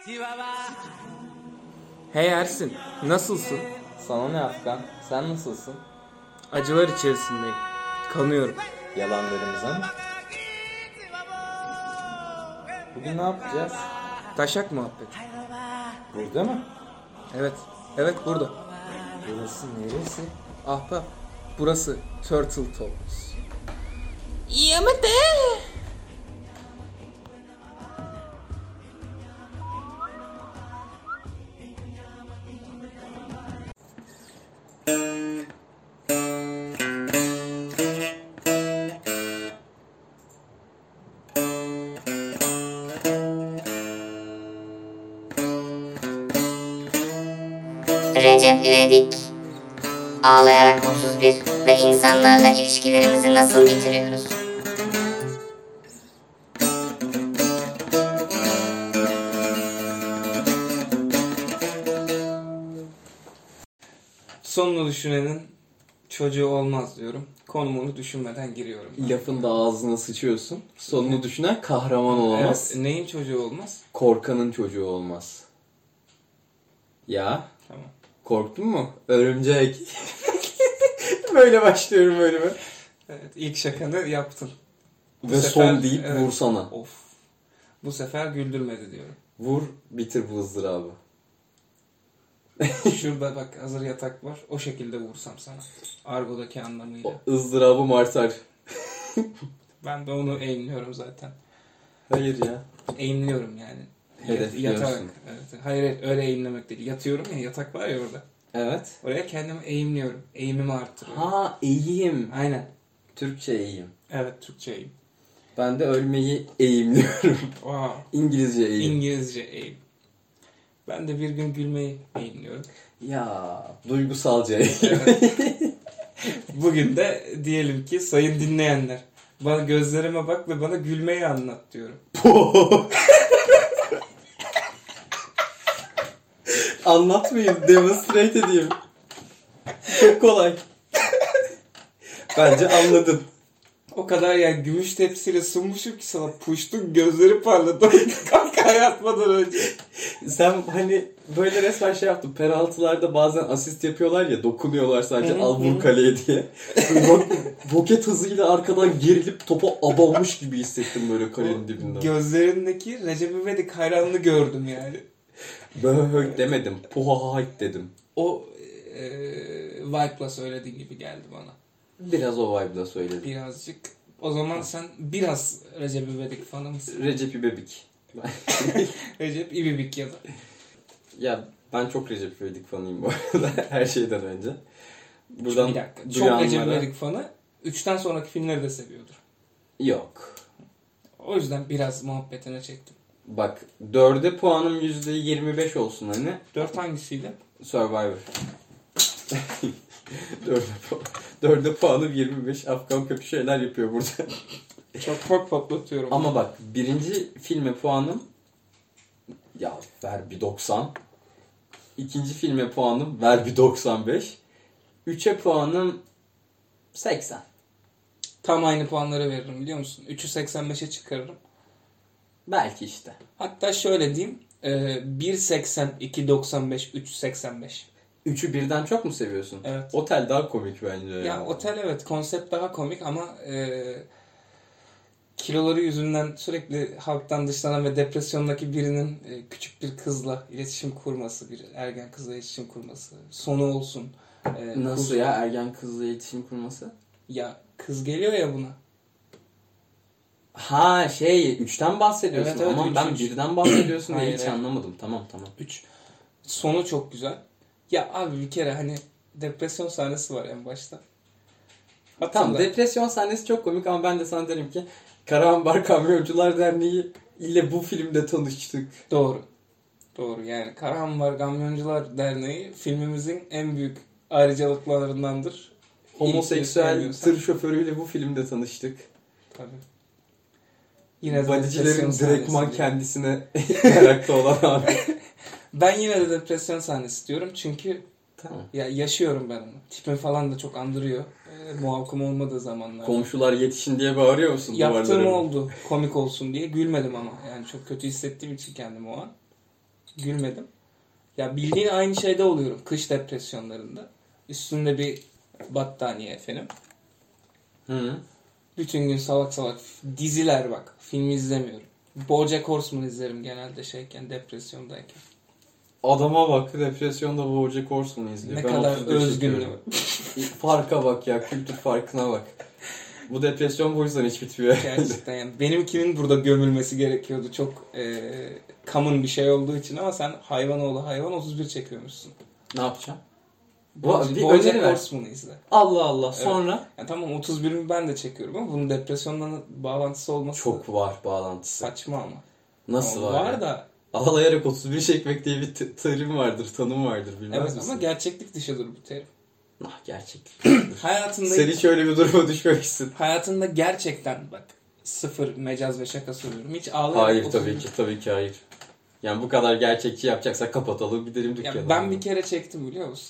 Hey Ersin, nasılsın? Sana ne Afgan? Sen nasılsın? Acılar içerisindeyim. Kanıyorum. Yalanlarımıza mı? Bugün ne yapacağız? Taşak muhabbeti. Burada mı? Evet, evet burada. Burası neresi? Ahbap, burası Turtle Talks. Recep İvedik. Ağlayarak 31 ve insanlarla ilişkilerimizi nasıl bitiriyoruz? Sonunu düşünenin çocuğu olmaz diyorum. Konumunu düşünmeden giriyorum. Lafın da ağzına sıçıyorsun. Sonunu düşünen kahraman olamaz. Evet, neyin çocuğu olmaz? Korkanın çocuğu olmaz. Ya? Tamam. Korktun mu? Örümcek. Böyle başlıyorum bölüme. Evet, ilk şakanı yaptın. Bu Ve sefer- son deyip evet. vursana. Of. Bu sefer güldürmedi diyorum. Vur, bitir bu ızdırabı. Şurada bak hazır yatak var. O şekilde vursam sana. Argodaki anlamıyla. O ızdırabım artar. Ben de onu aimliyorum zaten. Hayır ya. Aimliyorum yani. Hedefliyorsun. Yatarak. Evet. Hayır öyle aimlemek değil. Yatıyorum ya, yatak var ya orada. Evet. Oraya kendimi aimliyorum. Aim'imi arttırıyorum. Ha, eğim. Aynen. Türkçe eğim. Evet, Türkçe aim. Ben de ölmeyi eğimliyorum. Wow. İngilizce eğim. İngilizce aim. Ben de bir gün gülmeyi aimliyorum. Ya, duygusalca eğim. Bugün de diyelim ki sayın dinleyenler. Bana gözlerime bak ve bana gülmeyi anlat diyorum. Anlatmayayım, demonstrate edeyim. Çok kolay. Bence anladın. O kadar yani gümüş tepsiyle sunmuşum ki sana puştun gözleri parladı. Kahkaha yatmadan önce. Sen hani böyle resmen şey yaptın. Penaltılarda bazen asist yapıyorlar ya, dokunuyorlar sadece al vur kaleye diye. Roket hızıyla arkadan gerilip topa abanmış gibi hissettim böyle kalenin dibinden. Gözlerindeki Recep İvedik hayranını gördüm yani. Böyle demedim. Puhahayt dedim. O vibe'la söylediğin gibi geldi bana. Biraz o vibe'la söyledim. Birazcık. O zaman sen biraz Recep İvedik fanı mısın? Recep İbebik. Recep İvedik ya da. Ya ben çok Recep İvedik fanıyım bu arada her şeyden önce. Buradan Bir dakika. Çok Recep İvedik fanı 3'ten sonraki filmleri de seviyordur. Yok. O yüzden biraz muhabbetine çektim. Bak 4'e puanım %25 olsun hani. 4 hangisiydi? Survivor. 4'e puanım 25. Afgan kötü şeyler yapıyor burada. Çok patlatıyorum. Ama bak birinci filme puanım ya ver bir 90. İkinci filme puanım ver bir 95. 3'e puanım 80. Tam aynı puanları veririm biliyor musun? 3'ü 85'e çıkarırım. Belki işte. Hatta şöyle diyeyim. 1.80, 2.95, 3.85. 3'ü birden çok mu seviyorsun? Evet. Otel daha komik bence. Ya otel evet konsept daha komik ama kiloları yüzünden sürekli halktan dışlanan ve depresyondaki birinin küçük bir kızla iletişim kurması, bir ergen kızla iletişim kurması, sonu olsun. Nasıl ya ergen kızla iletişim kurması? Ya kız geliyor ya buna. Ha şey 3'ten bahsediyorsun. Evet, evet, Ama üç, ben üç. birden bahsediyorsun diye Hayır, hiç hayır. anlamadım. Tamam. 3. Sonu çok güzel. Ya abi bir kere hani depresyon sahnesi var en başta. Tamam Hatırla. depresyon sahnesi çok komik ama ben de sana derim ki Karahanbar Kamyoncular Derneği ile bu filmde tanıştık. Doğru. Doğru yani Karahanbar Kamyoncular Derneği filmimizin en büyük ayrıcalıklarındandır. Homoseksüel İlk tır şoförüyle bu filmde tanıştık. Tabii. Yine de Badicilerin depresyon direktman sahnesi kendisine merakta olan abi. Ben yine de depresyon sahnesi diyorum çünkü Tamam. ya yaşıyorum ben onu. Tipim falan da çok andırıyor. Muhakkım olmadığı zamanlar. Komşular yetişin diye bağırıyor musun Yaptığım duvarlara? oldu komik olsun diye. Gülmedim ama. Yani çok kötü hissettiğim için kendimi o an. gülmedim. Ya bildiğin aynı şeyde oluyorum kış depresyonlarında. Üstünde bir battaniye efendim. Hı. Bütün gün salak salak diziler bak. Film izlemiyorum. BoJack Horseman izlerim genelde depresyondayken. Adama bak, depresyonda BoJack Horseman'ı izliyor. Ne Ben kadar 35 özgün. çekiyorum. Farka bak ya, kültür farkına bak. Bu depresyon bu yüzden hiç bitmiyor. Gerçekten yani. Benimkinin burada gömülmesi gerekiyordu. Çok common bir şey olduğu için ama sen hayvanoğlu hayvan 31 çekiyormuşsun. Ne yapacağım? Bir BoJack öneri ver. Horseman'ı izle. Allah Allah. Evet. Sonra? Yani tamam 31'imi ben de çekiyorum ama bunun depresyonla bağlantısı olması Çok var bağlantısı. saçma ama. Nasıl Ama var? var ya? da. Ağlayarak 31 çekmek diye bir terim vardır, tanım vardır, bilmez Evet misin? ama gerçeklik dışıdır bu terim. Ah, gerçek. Hayatında Sen hiç öyle bir duruma düşmemişsin. hayatında gerçekten bak sıfır mecaz ve şaka söylüyorum. Hiç ağlayarak Hayır 31 tabii ki hayır. Yani bu kadar gerçekçi yapacaksak kapatalım, gidelim dükkana. Ya ben bir kere çektim biliyor musun?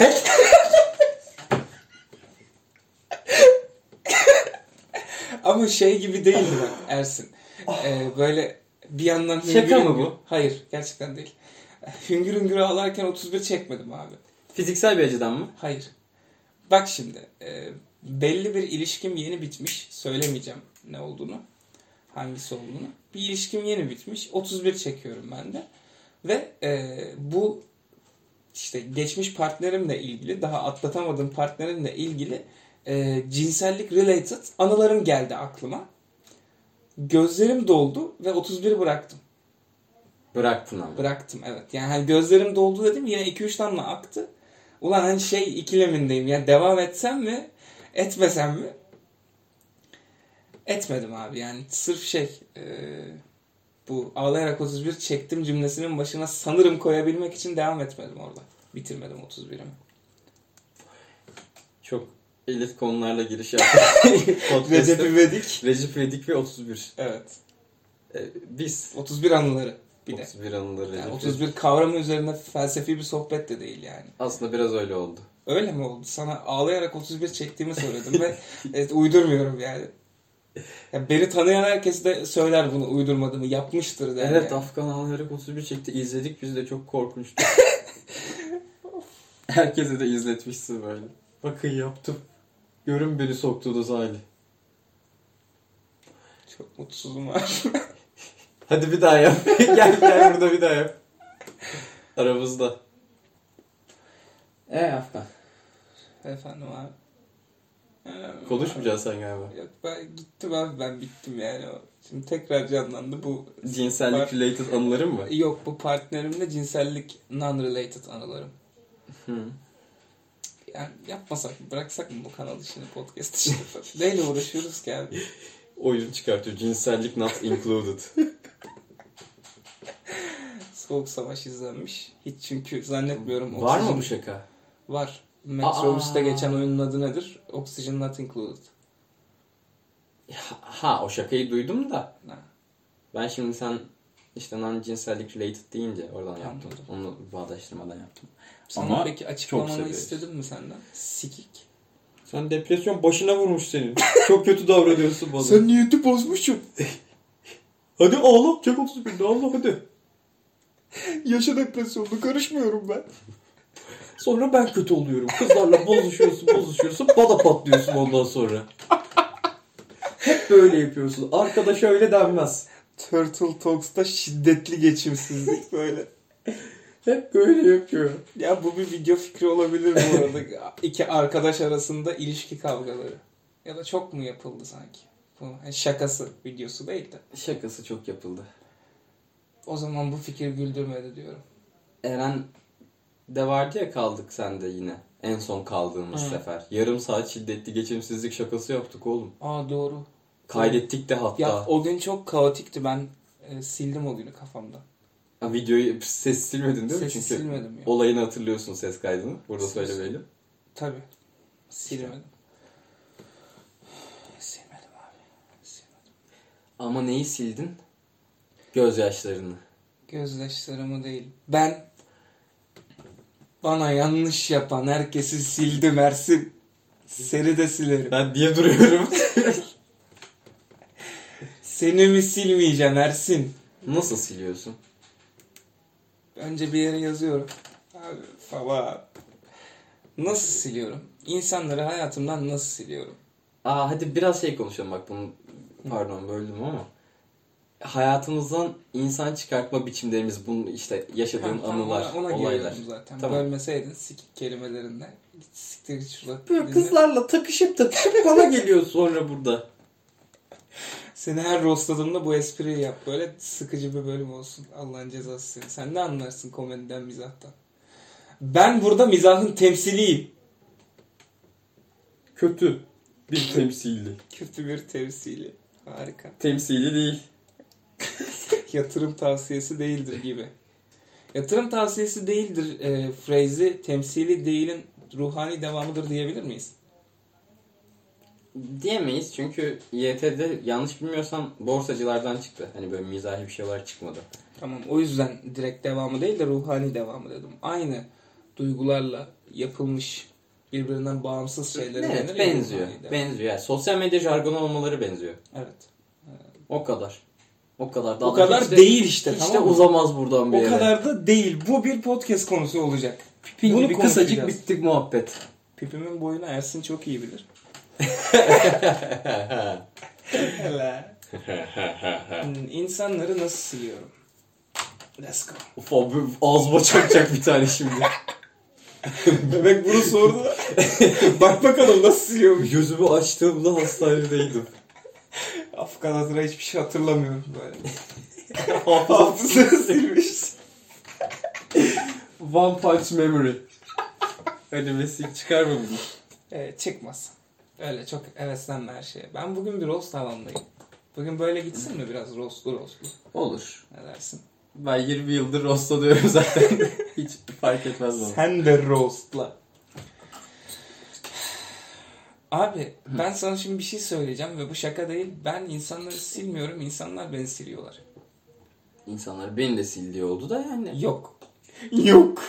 Ama şey gibi değildi bak Ersin. Böyle bir yandan Şaka mı bu? Hayır gerçekten değil. Hüngür hüngür ağlarken 31 çekmedim abi. Fiziksel bir acıdan mı? Hayır. Bak şimdi belli bir ilişkim yeni bitmiş. Söylemeyeceğim ne olduğunu. Hangisi olduğunu. Bir ilişkim yeni bitmiş. 31 çekiyorum ben de. Ve bu işte geçmiş partnerimle ilgili, daha atlatamadığım partnerimle ilgili cinsellik related anılarım geldi aklıma. Gözlerim doldu ve 31 bıraktım. Bıraktın ama. Bıraktım evet. Yani hani gözlerim doldu dedim yine 2-3 damla aktı. Ulan hani ikilemindeyim ya, devam etsem mi etmesem mi? Etmedim abi yani sırf bu ağlayarak 31 çektim cümlesinin başına sanırım koyabilmek için devam etmedim orada. Bitirmedim 31'imi. Çok elit konularla giriş yaptık. Recep İvedik. Recep İvedik ve 31. Evet. Biz 31 anıları bir de. 31 anıları Yani Recep 31 kavramı üzerine felsefi bir sohbet de değil yani. Aslında biraz öyle oldu. Öyle mi oldu? Sana ağlayarak 31 çektiğimi söyledim ve evet, uydurmuyorum yani. Ya beni tanıyan herkes de söyler bunu uydurmadığımı, yapmıştır der. Evet, yani. Afgan ağlayarak 31 çekti. İzledik biz de, çok korkunçtu. Herkese de izletmişsin böyle. Bakın yaptım. Görün beni soktuğunuz hali. Çok mutsuzum abi. Hadi bir daha yap. gel burada bir daha yap. Aramızda. Afgan. Efendim abi. Konuşmayacaksın sen galiba. Yok ben gittim abi, ben bittim yani. Şimdi tekrar canlandı bu. Cinsellik related anıların mı? Yok, bu partnerimle cinsellik non-related anılarım. Hı. Yani yapmasak mı, bıraksak mı bu kanal işini, podcast işini? Neyle uğraşıyoruz ki abi? Oyun çıkartıyor. Cinsellik not included. Soğuk Savaş izlenmiş. Hiç çünkü zannetmiyorum. Var mı bu şaka? Var. Metrobüste geçen oyunun adı nedir? Oxygen Not Included. Ha, o şakayı duydum da. Ha. Ben şimdi sen işte non-cinsellik related deyince oradan yaptım. Anladım. Onu bağdaştırmadan yaptım. Sana Ama peki çok açıklamanı severiz. istedim mi senden? Sikik. Sen depresyon başına vurmuş senin. Çok kötü davranıyorsun bana. niyeti bozmuşsun. Hadi ağla. Çek 31'de ağla hadi. Yaşa depresyonlu, karışmıyorum ben. Sonra ben kötü oluyorum. Kızlarla bozuşuyorsun. Bana patlıyorsun ondan sonra. Hep böyle yapıyorsun. Arkadaş öyle denmez. Turtle Talks'ta şiddetli geçimsizlik böyle. Hep böyle yapıyor. Ya bu bir video fikri olabilir bu arada. İki arkadaş arasında ilişki kavgaları. Ya da çok mu yapıldı sanki? Bu yani şakası videosu değil de. Şakası çok yapıldı. O zaman bu fikir güldürmedi diyorum. Eren de vardı ya, kaldık sende yine. En son kaldığımız sefer. Yarım saat şiddetli geçimsizlik şakası yaptık oğlum. Aa doğru. Kaydettik de hatta. Ya o gün çok kaotikti, ben sildim o günü kafamdan. Ha, videoyu ses silmedin değil mi? Sesi Çünkü silmedim ya. olayını hatırlıyorsun, ses kaydını. Burada Ses- söylemeyelim. Tabii. Silmedim. Silmedim abi. Silmedim. Ama neyi sildin? Gözyaşlarını. Gözyaşlarımı değil. Bana yanlış yapan herkesi sildim Ersin. Seni de silerim. Ben diye duruyorum. Seni mi silmeyeceğim Ersin? Nasıl siliyorsun? Önce bir yere yazıyorum. Abi baba. Nasıl siliyorum? İnsanları hayatımdan nasıl siliyorum? Hadi biraz konuşalım bak bunu. Pardon böldüm ama. Hayatımızdan insan çıkartma biçimlerimiz, bunun işte yaşadığın anılar, ona olaylar. zaten. Tamam. Bölmeseydin sikik kelimelerinde. Siktir git şurada. Böyle kızlarla takışıp bana geliyor sonra burada. Seni her roastladığımda bu espriyi yap. Böyle sıkıcı bir bölüm olsun. Allah'ın cezası seni. Sen ne anlarsın komediden, mizahtan? Ben burada mizahın temsiliyim. Kötü bir temsili. Kötü bir temsili. Harika. Temsili değil. Yatırım tavsiyesi değildir gibi. Yatırım tavsiyesi değildir phrase'i temsili değilin ruhani devamıdır diyebilir miyiz? Diyemeyiz çünkü YT'de yanlış bilmiyorsam borsacılardan çıktı. Hani böyle mizahi bir şeyler çıkmadı. Tamam, o yüzden direkt devamı değil de ruhani devamı dedim. Aynı duygularla yapılmış birbirinden bağımsız şeylere Evet, denir. benziyor. Benziyor. Yani sosyal medya jargonu olmaları benziyor. Evet. O kadar. O kadar. O kadar değil işte, hiç tamam de mı? uzamaz buradan bir O yere. kadar da değil. Bu bir podcast konusu olacak. Pipin Bunu gibi kısacık konuşacağız. bittik muhabbet. Pipimin boyunu Ersin çok iyi bilir. Hele. İnsanları nasıl siliyorum? Let's go. Uf abi ağzıma çakacak bir tane şimdi. Bebek bunu sordu. Bak bakalım nasıl siliyormuş. Gözümü açtığımda hastanedeydim. Afgan adına hiçbir şey hatırlamıyorum böyle. Hafızası silmiş. One Punch Memory. Hani Messi çıkar mı bunu? Çıkmaz. Öyle çok heveslenme her şeye. Ben bugün bir roast havamdayım. Bugün böyle gitsin mi biraz roastlu? Olur. Ne dersin? Ben 20 yıldır roastlanıyorum zaten. Hiç fark etmez bana. Sen de roastla. Abi ben sana şimdi bir şey söyleyeceğim ve bu şaka değil. Ben insanları silmiyorum, insanlar beni siliyorlar. İnsanlar beni de sildiği oldu da yani. Yok. Yok.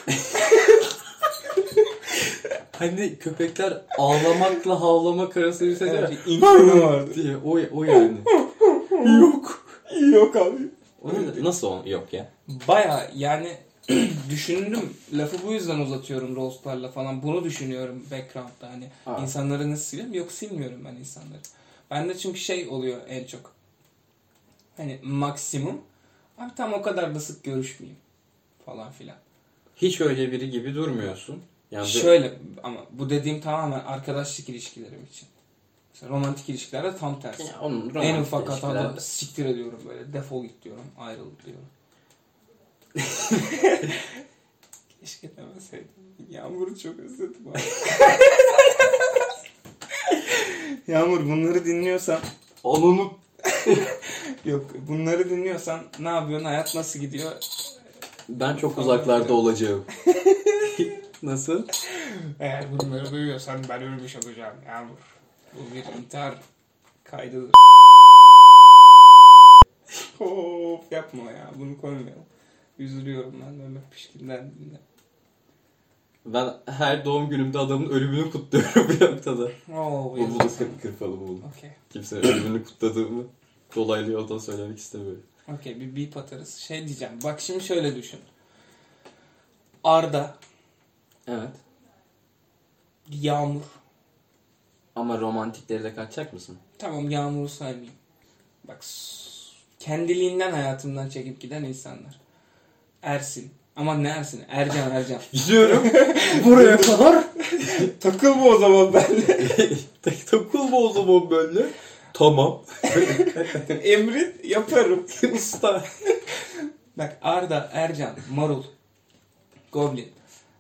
Hani köpekler ağlamakla havlamak arası bir ses var. İnkılımı vardı. diye. O yani. Yok. Yok abi. Onun nasıl yok ya? Baya yani düşündüm. Lafı bu yüzden uzatıyorum roastlarla falan. Bunu düşünüyorum background'da hani. Ha. İnsanları nasıl siliyorum? Yok, silmiyorum ben insanları. Bende çünkü şey oluyor en çok. Hani maksimum. Abi tam o kadar da sık görüşmeyeyim. Falan filan. Hiç öyle biri gibi durmuyorsun. Yani Şöyle ama bu dediğim tamamen arkadaşlık ilişkilerim için. Mesela romantik ilişkilerde tam tersi. ya onun En ufak romantik hatada ilişkilerde- siktir ediyorum böyle. Defol git diyorum. Ayrıl diyorum. Keşke demeseydim. Yağmur'u çok özledim abi. Yağmur bunları dinliyorsan Onun yok bunları dinliyorsan ne yapıyorsun? Hayat nasıl gidiyor? ben çok uzaklarda olacağım. Nasıl? Eğer bunları duyuyorsan ben ölmüş olacağım Yağmur. Bu bir intihar kaydıdır. Of yapma ya, bunu koymayalım. Üzülüyorum ben Mehmet Pişkin'den dinle. Ben her doğum günümde adamın ölümünü kutluyorum bir noktada. Oo, Bunu kırpalım bunu. Okey. Kimsenin ölümünü kutladığımı dolaylı yoldan söylemek istemiyorum. Okey, bir beep atarız. Şey diyeceğim. Bak şimdi şöyle düşün. Arda, Evet. Yağmur. Ama romantikleri de kaçacak mısın? Tamam, Yağmur'u saymayayım. Bak kendiliğinden hayatımdan çekip giden insanlar. Ersin. Ama ne Ersin? Ercan. Gidiyorum. Buraya kadar. Takılma o zaman benimle. Takılma o zaman böyle. Tamam. Emrit yaparım. Usta. Bak Arda, Ercan, Marul, Goblin.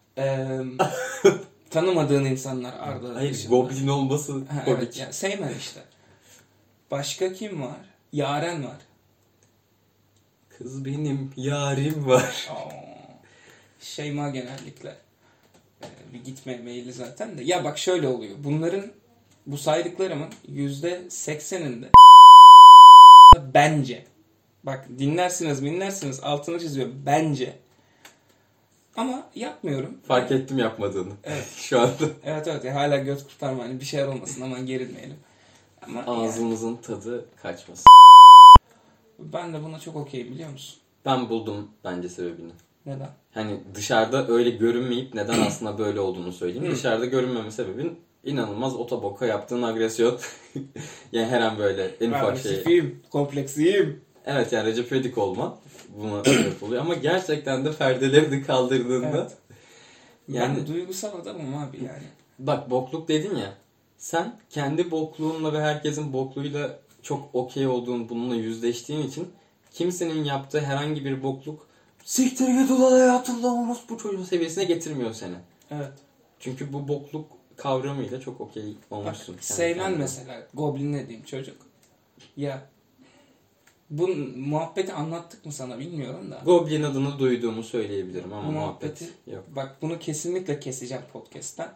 Tanımadığın insanlar Arda Hayır, dışında. Goblin olması Ha, komik. evet, yani Seymen işte. Başka kim var? Yaren var. Kız benim yarim var. Şeyma genellikle bir gitmeye meyilli zaten de. Ya bak şöyle oluyor. Bunların, bu saydıklarımın %80'inde bence. Bak dinlersiniz altını çiziyorum. Bence. Ama yapmıyorum. Fark ettim yapmadığını. Evet. Şu anda. Evet hala göt kurtarma. Hani bir şeyler olmasın, aman gerilmeyelim. Ama Ağzımızın tadı kaçmasın. ben de buna çok okeyim, biliyor musun? Ben buldum bence sebebini. Neden? Hani dışarıda öyle görünmeyip neden aslında böyle olduğunu söyleyeyim. Dışarıda görünmeme sebebin inanılmaz otoboka yaptığın agresyon. Yani her an böyle en ufak şey. Agresifiyim, kompleksiyim. Evet yani Recep İvedik olma. Buna sebep oluyor. Ama gerçekten de perdeleri kaldırdığında. Evet. Yani ben duygusal adamım abi yani. Bak bokluk dedin ya. Sen kendi bokluğunla ve herkesin bokluğuyla çok okey olduğun, bununla yüzleştiğin için kimsenin yaptığı herhangi bir bokluk siktir git ulan hayatımdan bu çocuğun seviyesine getirmiyor seni. Evet. Çünkü bu bokluk kavramıyla çok okey Bak, olmuşsun. Seylen mesela, Goblin dediğim çocuk. Ya bu muhabbeti anlattık mı sana bilmiyorum da. Goblin adını duyduğumu söyleyebilirim ama Bu muhabbet muhabbeti yok. bak bunu kesinlikle keseceğim podcast'ten.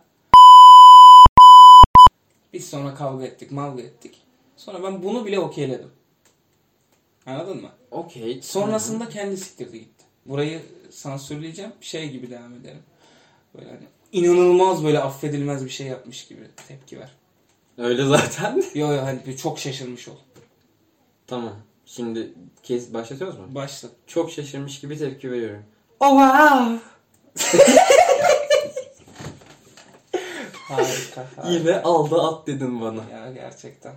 Biz sonra kavga ettik. Sonra ben bunu bile okeyledim. Anladın mı? Okey. Sonrasında kendi siktirdi gitti. Burayı sansürleyeceğim. Şey gibi devam ederim. Böyle hani inanılmaz böyle affedilmez bir şey yapmış gibi tepki ver. Öyle zaten. Yo hani çok şaşırmış ol. Tamam. Şimdi başlatıyoruz mu? Başla. Çok şaşırmış gibi tepki veriyorum. Oh wow. Harika. Yine aldı at dedin bana. Ya gerçekten.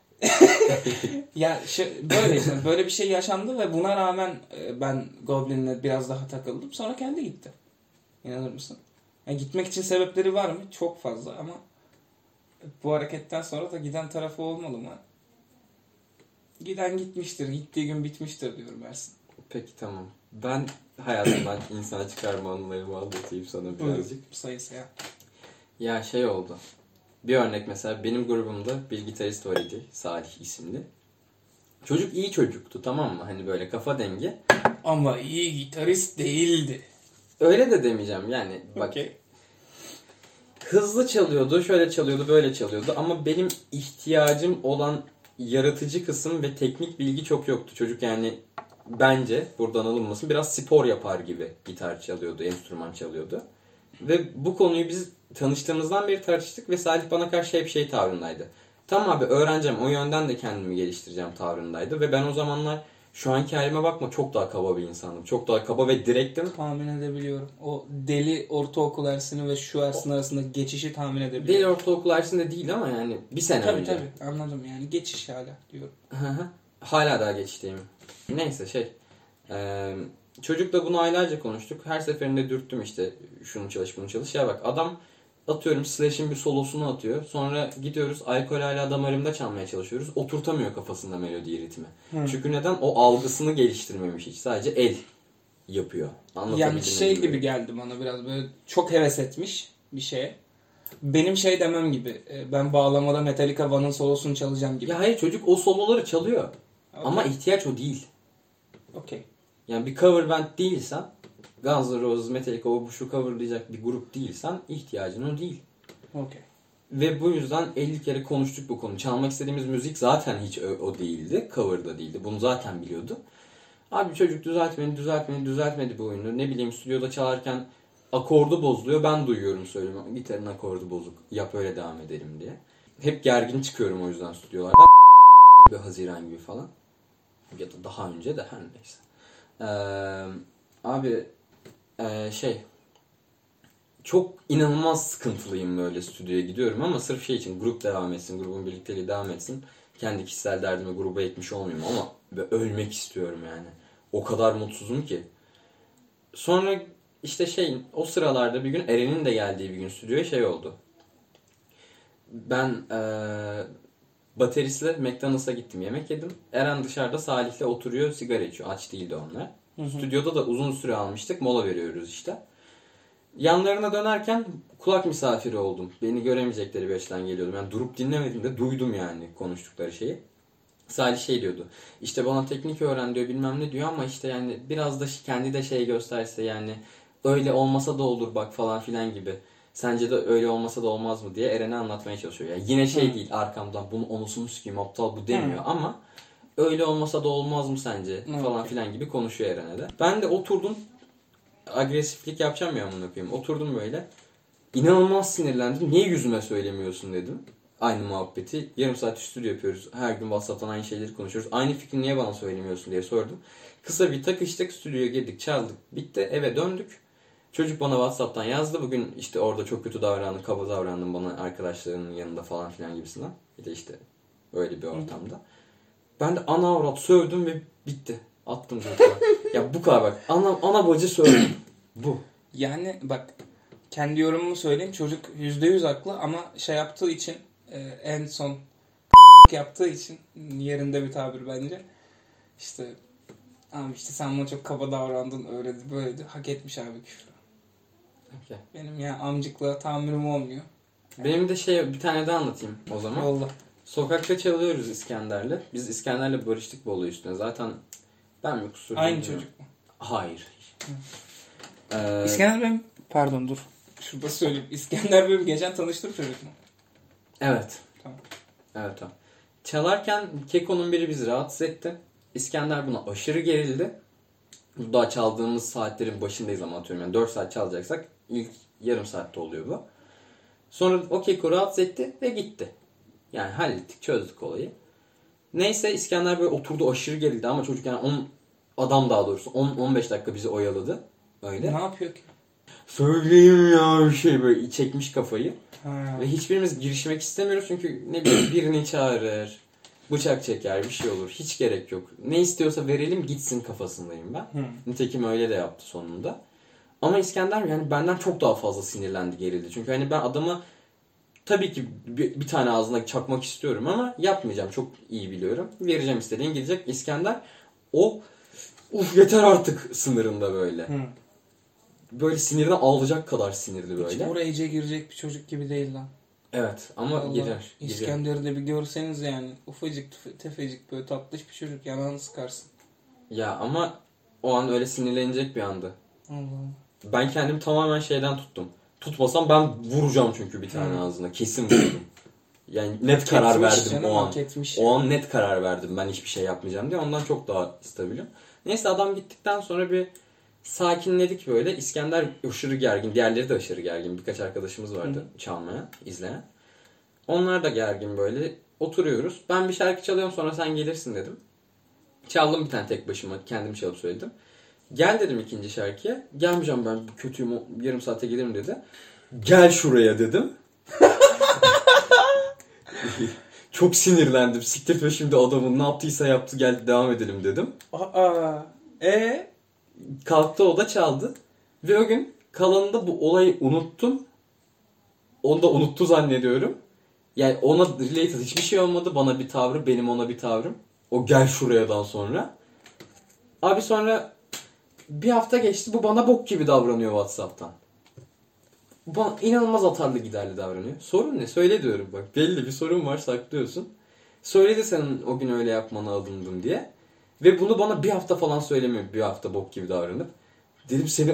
Ya böyle işte böyle bir şey yaşandı ve buna rağmen ben Goblin'le biraz daha takıldım. Sonra kendi gitti. İnanır mısın? Yani gitmek için sebepleri var mı? Çok fazla ama bu hareketten sonra da giden tarafı olmalı mı? Giden gitmiştir. Gittiği gün bitmiştir diyorum Ersin. Peki tamam. Ben hayatımdan insana çıkarma anılarımı anlatayım sana birazcık. Sayısı ya. Ya şey oldu. Bir örnek mesela benim grubumda bir gitarist var idi. Salih isimli. Çocuk iyi çocuktu, tamam mı? Hani böyle kafa dengi. Ama iyi gitarist değildi. Öyle de demeyeceğim yani. Bak. Okay. Hızlı çalıyordu, şöyle çalıyordu, böyle çalıyordu. Ama benim ihtiyacım olan yaratıcı kısım ve teknik bilgi çok yoktu. Çocuk yani bence buradan alınmasın biraz spor yapar gibi gitar çalıyordu, enstrüman çalıyordu. Ve bu konuyu biz tanıştığımızdan beri tartıştık ve Salih bana karşı hep şey tavrındaydı. Tamam abi öğreneceğim, o yönden de kendimi geliştireceğim tavrındaydı. Ve ben o zamanlar şu anki halime bakma çok daha kaba bir insandım. Çok daha kaba ve direktim. Tahmin edebiliyorum. O deli ortaokul Ersin'i ve şu Ersin arasında geçişi tahmin edebiliyorum. Deli ortaokul Ersin'de değil ama yani bir sene önce. Tabii anladım yani geçiş hala diyorum. Hala daha geçtiğim. Neyse çocukla bunu aylarca konuştuk. Her seferinde dürttüm işte şunu çalış bunu çalış. Ya bak adam atıyorum Slash'in bir solosunu atıyor. Sonra gidiyoruz alkol hala damarımda çalmaya çalışıyoruz. Oturtamıyor kafasında melodiyi ritmi. Çünkü neden? O algısını geliştirmemiş hiç. Sadece el yapıyor. Yani şey gibi geldi bana biraz böyle çok heves etmiş bir şeye. Benim şey demem gibi. Ben bağlamada Metallica One'ın solosunu çalacağım gibi. Ya hayır çocuk o soloları çalıyor. Okay. Ama ihtiyaç o değil. Okey. Yani bir cover band değilsen, Guns N' Roses, Metallica o bu şu coverlayacak bir grup değilsen ihtiyacın o değil. Okey. Ve bu yüzden 50 kere konuştuk bu konu. Çalmak istediğimiz müzik zaten hiç o değildi. Cover'da değildi. Bunu zaten biliyordu. Abi çocuk düzeltmedi bu oyunu. Ne bileyim stüdyoda çalarken akordu bozuluyor. Ben duyuyorum söylüyorum. Gitarın akordu bozuk. Yap öyle devam edelim diye. Hep gergin çıkıyorum o yüzden stüdyolardan. Ve Haziran gibi falan. Ya da daha önce de her neyse. Abi çok inanılmaz sıkıntılıyım böyle stüdyoya gidiyorum ama sırf şey için grup devam etsin, grubun birlikteliği devam etsin. Kendi kişisel derdimi gruba etmiş olmayayım ama ölmek istiyorum yani. O kadar mutsuzum ki. Sonra işte o sıralarda bir gün Eren'in de geldiği bir gün stüdyoya şey oldu. Ben bateristle McDonald's'a gittim, yemek yedim. Eren dışarıda Salih'le oturuyor, sigara içiyor. Aç değildi onlar. Stüdyoda da uzun süre almıştık. Mola veriyoruz işte. Yanlarına dönerken kulak misafiri oldum. Beni göremeyecekleri bir açıdan geliyordum. Yani durup dinlemedim de duydum yani konuştukları şeyi. Salih şey diyordu. İşte bana teknik öğren diyor bilmem ne diyor ama işte yani biraz da kendi de şey gösterse yani öyle olmasa da olur bak falan filan gibi. Sence de öyle olmasa da olmaz mı diye Eren'e anlatmaya çalışıyor. Yani yine değil arkamdan bunu onusunu sikeyim aptal bu demiyor ama öyle olmasa da olmaz mı sence falan filan gibi konuşuyor Eren'e de. Ben de oturdum agresiflik yapacağım ya amına koyayım. Oturdum böyle. İnanılmaz sinirlendim. Niye yüzüme söylemiyorsun dedim. Aynı muhabbeti. Yarım saat stüdyo yapıyoruz. Her gün WhatsApp'tan aynı şeyleri konuşuyoruz. Aynı fikri niye bana söylemiyorsun diye sordum. Kısa bir takıştık. Stüdyoya girdik, çaldık. Bitti. Eve döndük. Çocuk bana WhatsApp'tan yazdı. Bugün işte orada çok kötü davrandın, kaba davrandın bana arkadaşlarının yanında falan filan gibisinden. Bir de işte öyle bir ortamda. Ben de ana avrat sövdüm ve bitti. Attım çocuğa. Ya bu kadar bak. Ana bacı sövdüm. Bu. Yani bak kendi yorumumu söyleyeyim. Çocuk %100 haklı ama şey yaptığı için en son yaptığı için yerinde bir tabir bence. İşte ama işte sen bana çok kaba davrandın öyleydi böyleydi. Hak etmiş abi küfrü. Okay. Benim ya amcıkla tahammülüm olmuyor. Benim de bir tane daha anlatayım o zaman. Yolla. Sokakta çalıyoruz İskender'le. Biz İskender'le barıştık Bolu üstüne. Zaten ben mi kusur? Aynı çocuk mu? Hayır. İskender benim... Pardon dur. Şurada söyleyeyim. İskender benim geçen tanıştığım çocuk mu? Evet. Tamam. Evet tamam. Çalarken Keko'nun biri bizi rahatsız etti. İskender buna aşırı gerildi. Daha çaldığımız saatlerin başındayız ama atıyorum. Yani 4 saat çalacaksak ilk yarım saatte oluyor bu. Sonra o Keko rahatsız etti ve gitti. Yani hallettik, çözdük olayı. Neyse İskender böyle oturdu, aşırı gerildi ama çocuk yani adam daha doğrusu 10-15 dakika bizi oyaladı. Öyle. Ne yapıyor ki? Söyleyeyim ya bir şey böyle çekmiş kafayı. Ha. Ve hiçbirimiz girişmek istemiyoruz çünkü ne bileyim birini çağırır, bıçak çeker, bir şey olur. Hiç gerek yok. Ne istiyorsa verelim gitsin kafasındayım ben. Nitekim öyle de yaptı sonunda. Ama İskender yani benden çok daha fazla sinirlendi, gerildi. Çünkü hani ben adamı tabii ki bir tane ağzına çakmak istiyorum ama yapmayacağım. Çok iyi biliyorum. Vereceğim istediğin gidecek. İskender yeter artık sınırında böyle. Böyle sinirden ağlayacak kadar sinirli böyle. Hiç oraya iyice girecek bir çocuk gibi değil lan. Evet ama Allah, girer. İskender'i de bir görseniz yani. Ufacık tefecik böyle tatlış bir çocuk, yanağını sıkarsın. Ya ama o an öyle sinirlenecek bir andı. Allah'ım. Ben kendimi tamamen şeyden tuttum. Tutmasam ben vuracağım çünkü bir tane ağzına. Kesin vurdum. Yani net karar verdim canım, o an. O an net karar verdim ben hiçbir şey yapmayacağım diye. Ondan çok daha stabilim. Neyse adam gittikten sonra bir sakinledik böyle. İskender aşırı gergin. Diğerleri de aşırı gergin. Birkaç arkadaşımız vardı çalmaya, izleyen. Onlar da gergin böyle. Oturuyoruz. Ben bir şarkı çalıyorum sonra sen gelirsin dedim. Çaldım bir tane tek başıma. Kendim çalıp söyledim. Gel dedim ikinci şarkıya. Gelmeyeceğim ben kötüyüm yarım saate gelirim dedi. Gel şuraya dedim. Çok sinirlendim. Siktir şimdi adamın ne yaptıysa yaptı gel devam edelim dedim. Kalktı o da çaldı. Ve o gün kalanında bu olayı unuttum. Onu da unuttu zannediyorum. Yani ona related hiçbir şey olmadı. Bana bir tavrı, benim ona bir tavrım. O gel şurayadan sonra. Abi sonra bir hafta geçti. Bu bana bok gibi davranıyor WhatsApp'tan. Bana inanılmaz atarlı giderli davranıyor. Sorun ne? Söyle diyorum bak. Belli bir sorun var saklıyorsun. Söyledi senin o gün öyle yapmana alındım diye. Ve bunu bana bir hafta falan söylemiyor. Bir hafta bok gibi davranıp. Dedim seni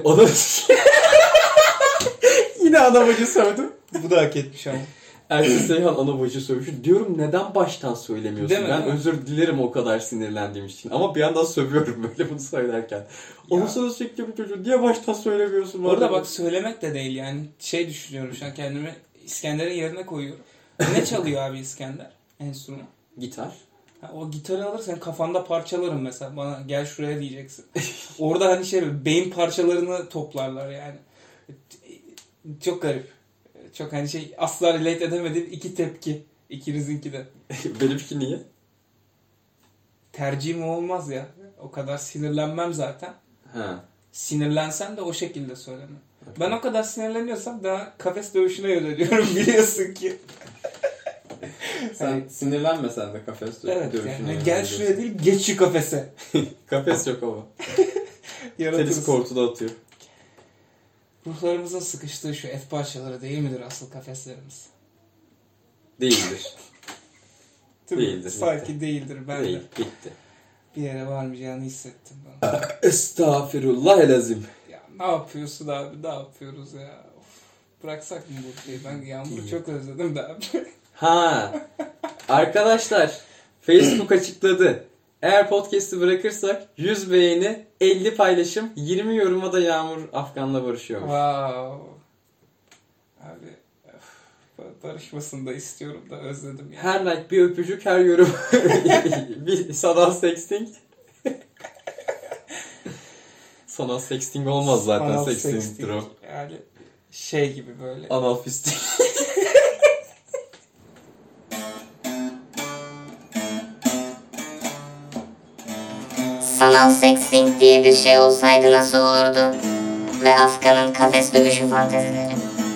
Yine ana bacı sövdüm. Bu da hak etmiş ama. Ersin Seyhan ana bacı sövmüş. Diyorum neden baştan söylemiyorsun? Değil mi, Ben değil mi? özür dilerim o kadar sinirlendiğim için. Ama bir yandan sövüyorum böyle bunu söylerken. Onu söz çekti bu çocuğu. Niye baştan söylemiyorsun? Orada bak söylemek de değil yani. Şey düşünüyorum şu an kendimi İskender'in yerine koyuyorum. Ne çalıyor abi İskender? Enstrüman. Gitar. Ha, o gitarı alırsan kafanda parçalarım mesela. Bana gel şuraya diyeceksin. Orada hani beyin parçalarını toplarlar yani. Çok garip. Çok hani asla relate edemediğim iki tepki. İkinizinki de. Benimki niye? Tercihim olmaz ya. O kadar sinirlenmem zaten. Ha. Sinirlensen de o şekilde söyleme. Okay. Ben o kadar sinirleniyorsam daha kafes dövüşüne yöneliyorum biliyorsun ki. Sen sinirlenmesen de kafes dövüşüne yani gel şuraya değil geç şu kafese. Kafes yok ama. Tenis kortu da atıyor. Ruhlarımızın sıkıştığı şu et parçaları değil midir asıl kafeslerimiz? Değildir. Değildir. Sanki bitti. Değildir. Ben değil, de. Bitti. Bir yere varmayacağını hissettim ben. Estağfirullah elazim. Ya ne yapıyorsun abi? Ne yapıyoruz ya? Of, bıraksak mı bu şeyi? Ben Yağmur'u çok özledim de abi. Ha. Arkadaşlar Facebook açıkladı. Eğer podcast'ı bırakırsak 100 beğeni, 50 paylaşım, 20 yoruma da Yağmur Afgan'la barışıyormuş. Wow. Abi barışmasını da istiyorum da özledim yani. Her like bir öpücük, her yorum bir sanal sexting. Sanal sexting olmaz zaten, Anal sexting'tir o. Yani şey gibi böyle. Anal fisting. Sanal sexting diye bir şey olsaydı nasıl olurdu? Ve Afgan'ın kafes dövüşü fantezileri.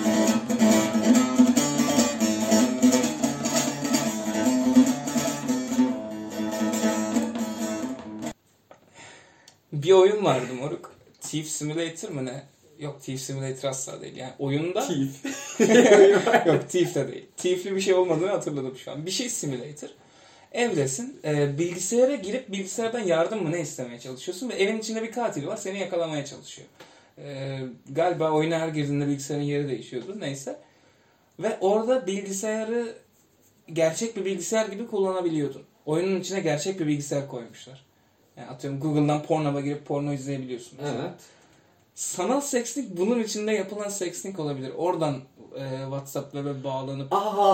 Bir oyun vardı moruk. Thief Simulator mı ne? Yok, Thief Simulator asla değil. Yani oyunda... Thief. Yok, Thief de değil. Thief'li bir şey olmadığını hatırladım şu an. Bir şey simulator. Evdesin. Bilgisayara girip bilgisayardan yardım mı ne istemeye çalışıyorsun ve evin içinde bir katil var. Seni yakalamaya çalışıyor. Galiba oyuna her girdiğinde bilgisayarın yeri değişiyordu. Neyse. Ve orada bilgisayarı gerçek bir bilgisayar gibi kullanabiliyordun. Oyunun içine gerçek bir bilgisayar koymuşlar. Yani atıyorum Google'dan Pornhub'a girip porno izleyebiliyorsun. Evet. Sanal sexting bunun içinde yapılan sexting olabilir. Oradan WhatsApp web'e bağlanıp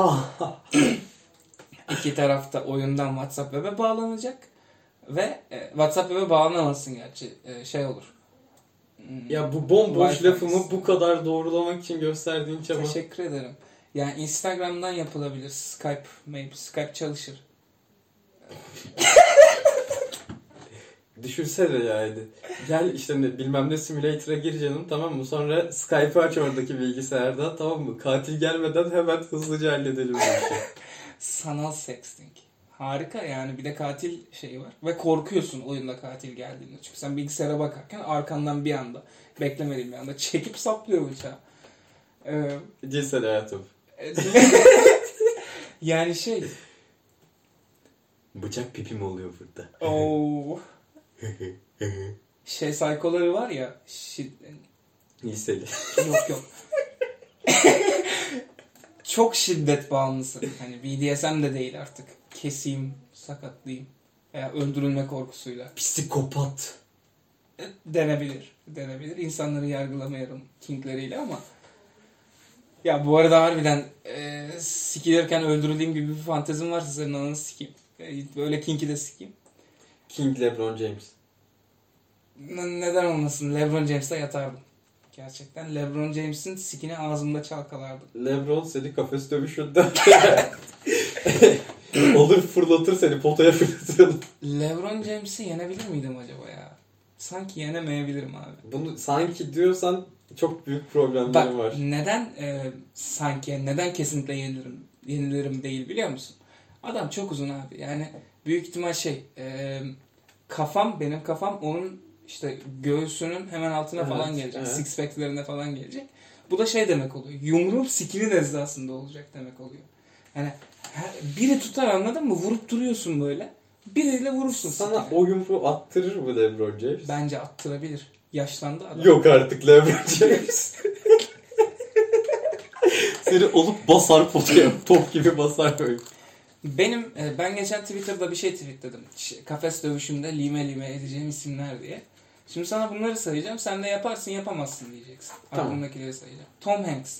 iki tarafta oyundan WhatsApp web'e bağlanacak ve WhatsApp web'e bağlanamazsın gerçi. Şey olur. Ya bu bomboş Wi-Fi. lafımı bu kadar doğrulamak için gösterdiğin çaba. Teşekkür ederim. Yani Instagram'dan yapılabilir. Skype çalışır. Düşünsene yani. Gel işte bilmem ne simulator'a gir canım, tamam mı? Sonra Skype'ı aç oradaki bilgisayardan, tamam mı? Katil gelmeden hemen hızlıca halledelim bu işi. Sanal sexting. Harika yani, bir de katil şeyi var. Ve korkuyorsun oyunda katil geldiğinde. Çünkü sen bilgisayara bakarken arkandan bir anda, beklemediğin bir anda çekip saplıyor bıçağı. Cinsel hayatım. Yani şey... Bıçak pipi mi oluyor burada? Oo. Şey saykoları var ya. Liseli. Yok. Çok şiddet bağımlısı. Hani BDSM de değil artık. Keseyim, sakatlayayım. Veya öldürülme korkusuyla. Psikopat. Denebilir. İnsanları yargılamayalım kinkleriyle ama. Ya bu arada harbiden sikilirken öldürüldüğüm gibi bir fantezim varsa senin ananı sikeyim. Böyle kinki de sikeyim. King LeBron James. Neden olmasın? LeBron James'e yatardım. Gerçekten LeBron James'in sikini ağzımda çalkalardım. LeBron seni kafes dövüşünden olur fırlatır, seni potaya fırlatırdım. LeBron James'i yenebilir miydim acaba ya? Sanki yenemeyebilirim abi. Bunu sanki diyorsan çok büyük problemlerim Bak, var. neden neden kesinlikle yenilirim değil biliyor musun? Adam çok uzun abi. Yani büyük ihtimal benim kafam onun işte göğsünün hemen altına falan gelecek. Evet. Six pack'lerine falan gelecek. Bu da şey demek oluyor. Yumruğum sikinin hizasında olacak demek oluyor. Yani biri tutar, anladın mı? Vurup duruyorsun böyle. Biriyle vurursun. Sana sikine. o yumruğu attırır mı LeBron James? Bence attırabilir. Yaşlandı adam. Yok artık LeBron James. Seni olup basar potaya. Top gibi basar böyle. Ben geçen Twitter'da bir şey tweetledim. Kafes dövüşünde lime edeceğim isimler diye. Şimdi sana bunları sayacağım. Sen de yaparsın yapamazsın diyeceksin. Tamam. Aklımdakileri sayacağım. Tom Hanks,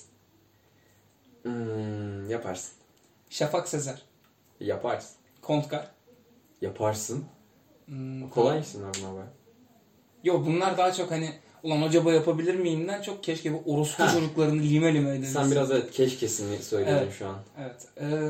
Yaparsın. Şafak Sezer, Yaparsın. Kontkar. Yaparsın. Tamam. Kolay sınavına bak. Yok, bunlar daha çok hani ulan acaba yapabilir miyimden çok keşke bu orospu çocuklarını lime edebilsin. Sen biraz keşkesini söyledin Evet. şu an. Evet.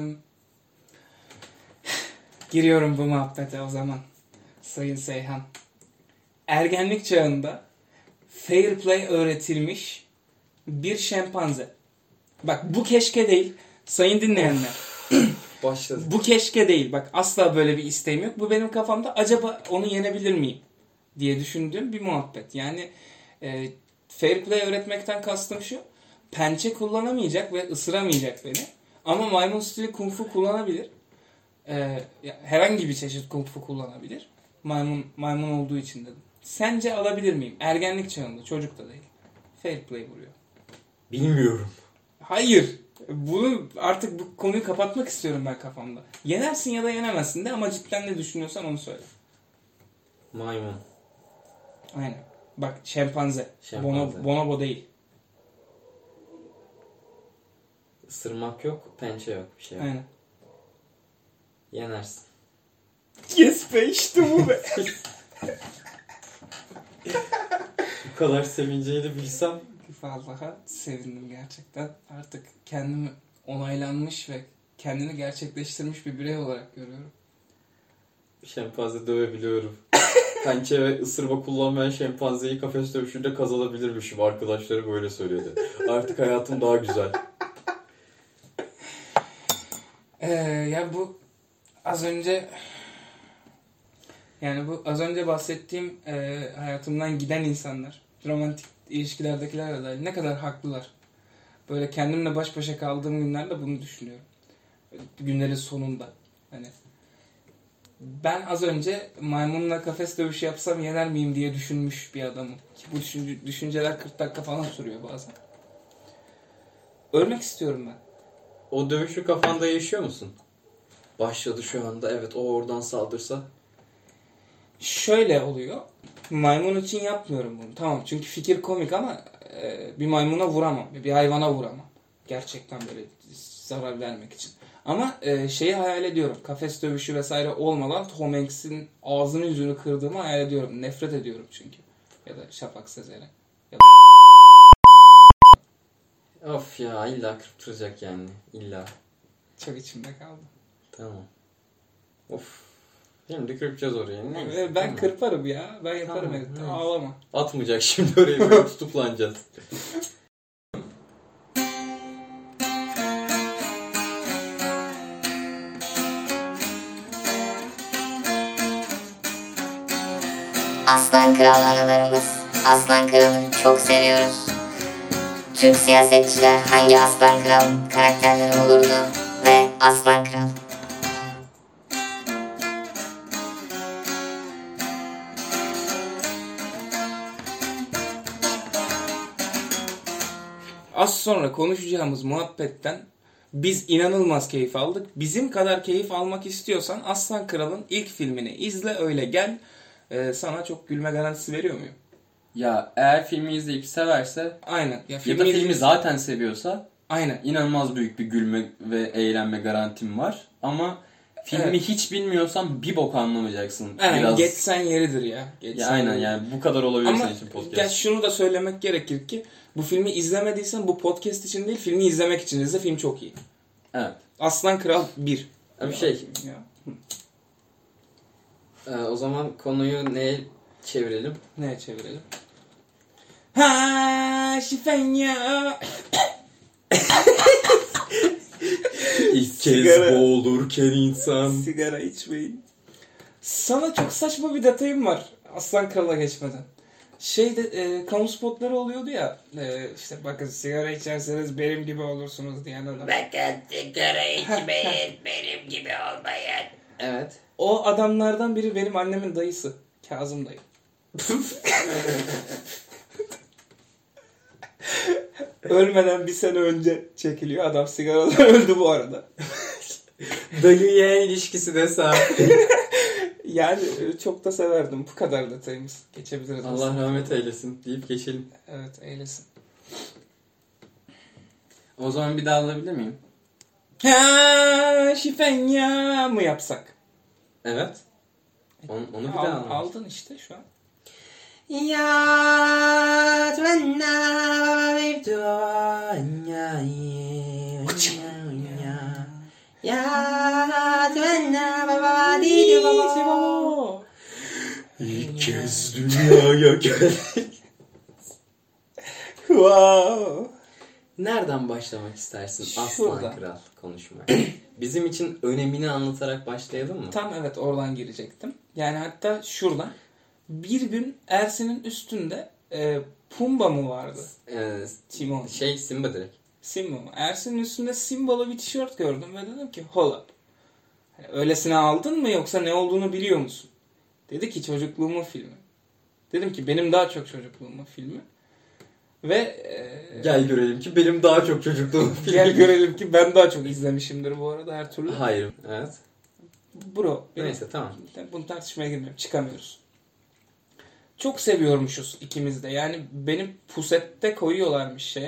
Giriyorum bu muhabbete o zaman. Sayın Seyhan. Ergenlik çağında fair play öğretilmiş bir şempanze. Bak bu keşke değil. Sayın dinleyenler. Başladı. Bu keşke değil. Bak asla böyle bir isteğim yok. Bu benim kafamda acaba onu yenebilir miyim diye düşündüğüm bir muhabbet. Yani fair play öğretmekten kastım şu. Pençe kullanamayacak ve ısıramayacak beni. Ama maymun stili kung fu kullanabilir. Herhangi bir çeşit kung fu kullanabilir. Maymun olduğu için dedim. Sence alabilir miyim? Ergenlik çağında, çocuk da değil. Fair play vuruyor. Bilmiyorum. Hayır. Bunu artık bu konuyu kapatmak istiyorum ben kafamda. Yenersin ya da yenemezsin de ama cidden ne düşünüyorsan onu söyle. Maymun. Aynen. Bak şempanze. Şempanze. Bonobo değil. Isırmak yok, pençe yok, bir şey yok. Aynen. Yenersin. Yes be, işte bu be. Bu kadar sevineceğini bilsem. Vallahi sevindim gerçekten. Artık kendimi onaylanmış ve kendini gerçekleştirmiş bir birey olarak görüyorum. Şempanze dövebiliyorum. Pençe ve ısırma kullanmayan şempanzeyi kafes dövüşünde kazanabilirmişim. Arkadaşları böyle söyledi. Artık hayatım daha güzel. Ya bu az önce bahsettiğim hayatımdan giden insanlar, romantik ilişkilerdekiler de dahil, ne kadar haklılar. Böyle kendimle baş başa kaldığım günlerde bunu düşünüyorum. Günlerin sonunda. Hani ben az önce maymunla kafes dövüşü yapsam yener miyim diye düşünmüş bir adamım. Ki bu düşünceler 40 dakika falan sürüyor bazen. Ölmek istiyorum ben. O dövüşü kafanda yaşıyor musun? Başladı şu anda. Evet, o oradan saldırsa. Şöyle oluyor. Maymun için yapmıyorum bunu. Tamam, çünkü fikir komik ama bir maymuna vuramam. Bir hayvana vuramam. Gerçekten böyle zarar vermek için. Ama şeyi hayal ediyorum. Kafes dövüşü vesaire olmadan Tom Hanks'in ağzını yüzünü kırdığımı hayal ediyorum. Nefret ediyorum çünkü. Ya da Şafak Sezer'e. Ya da... Of ya, illa kırptıracak yani. İlla. Çok içimde kaldı. Tamam. Of. Şimdi kırpacağız oraya. Neyse, Ben tamam. Kırparım ya. Ben yaparım. Tamam, Evet. neyse. Ağlama. Atmayacak şimdi oraya, böyle tutuklanacağız. Aslan Kral anılarımız. Aslan Kral'ı çok seviyoruz. Türk siyasetçiler hangi Aslan Kral karakterleri olurdu ve Aslan Kral. Az sonra konuşacağımız muhabbetten biz inanılmaz keyif aldık. Bizim kadar keyif almak istiyorsan Aslan Kral'ın ilk filmini izle, öyle gel. Sana çok gülme garantisi veriyor muyum? Ya eğer filmi izleyip severse Aynen. ya da filmi zaten seviyorsa aynen. inanılmaz büyük bir gülme ve eğlenme garantim var. Ama filmi Evet. hiç bilmiyorsan bir bok anlamayacaksın. Aynen, Biraz... geçsen yeridir ya. Ya aynen yani bu kadar olabilir ama senin için podcast. ya şunu da söylemek gerekir ki bu filmi izlemediysen bu podcast için değil, filmi izlemek için izle. Film çok iyi. Evet. Aslan Kral 1. Bir şey. O zaman konuyu neye çevirelim? Neye çevirelim? Ha şifen ya. İlk kez Sigara. boğulurken insan. Sigara içmeyin. Sana çok saçma bir detayım var. Aslan Kral'a geçmeden. Kamu spotları oluyordu ya. İşte bakın sigara içerseniz benim gibi olursunuz diyen adam. Bakın sigara içmeyin, benim gibi olmayın. Evet. O adamlardan biri benim annemin dayısı. Kazım dayı. Ölmeden bir sene önce çekiliyor. Adam sigaradan öldü bu arada. Dayı yeğen ilişkisi de sağ. Yani çok da severdim. Bu kadar detayımız. Geçebiliriz. Allah aslında. rahmet eylesin deyip geçelim. Evet, eylesin. O zaman bir daha alabilir miyim? Ha şifen ya mı yapsak? Evet. Onu bir daha alalım. Aldın işte şu an. İlk kez dünyaya geldik. Wow. Nereden başlamak istersin Aslan Şuradan. Kral konuşmaya? Bizim için önemini anlatarak başlayalım mı? Tam evet, oradan girecektim. Yani hatta şuradan. Bir gün Ersin'in üstünde Pumba mı vardı? Timon. Simba direkt. Simba mı? Ersin'in üstünde Simbalı bir tişört gördüm ve dedim ki hold up. Hani öylesine aldın mı yoksa ne olduğunu biliyor musun? Dedi ki çocukluğumun filmi. Dedim ki benim daha çok çocukluğumun filmi. Ve Gel görelim ki benim daha çok çocukluğum filmi. gel görelim ki ben daha çok izlemişimdir bu arada her türlü. Hayır. Evet. Bro. Neyse tamam. Bunu tartışmaya girmiyorum. Çıkamıyoruz. Çok seviyormuşuz ikimiz de. Yani benim pusette koyuyorlarmış şeye.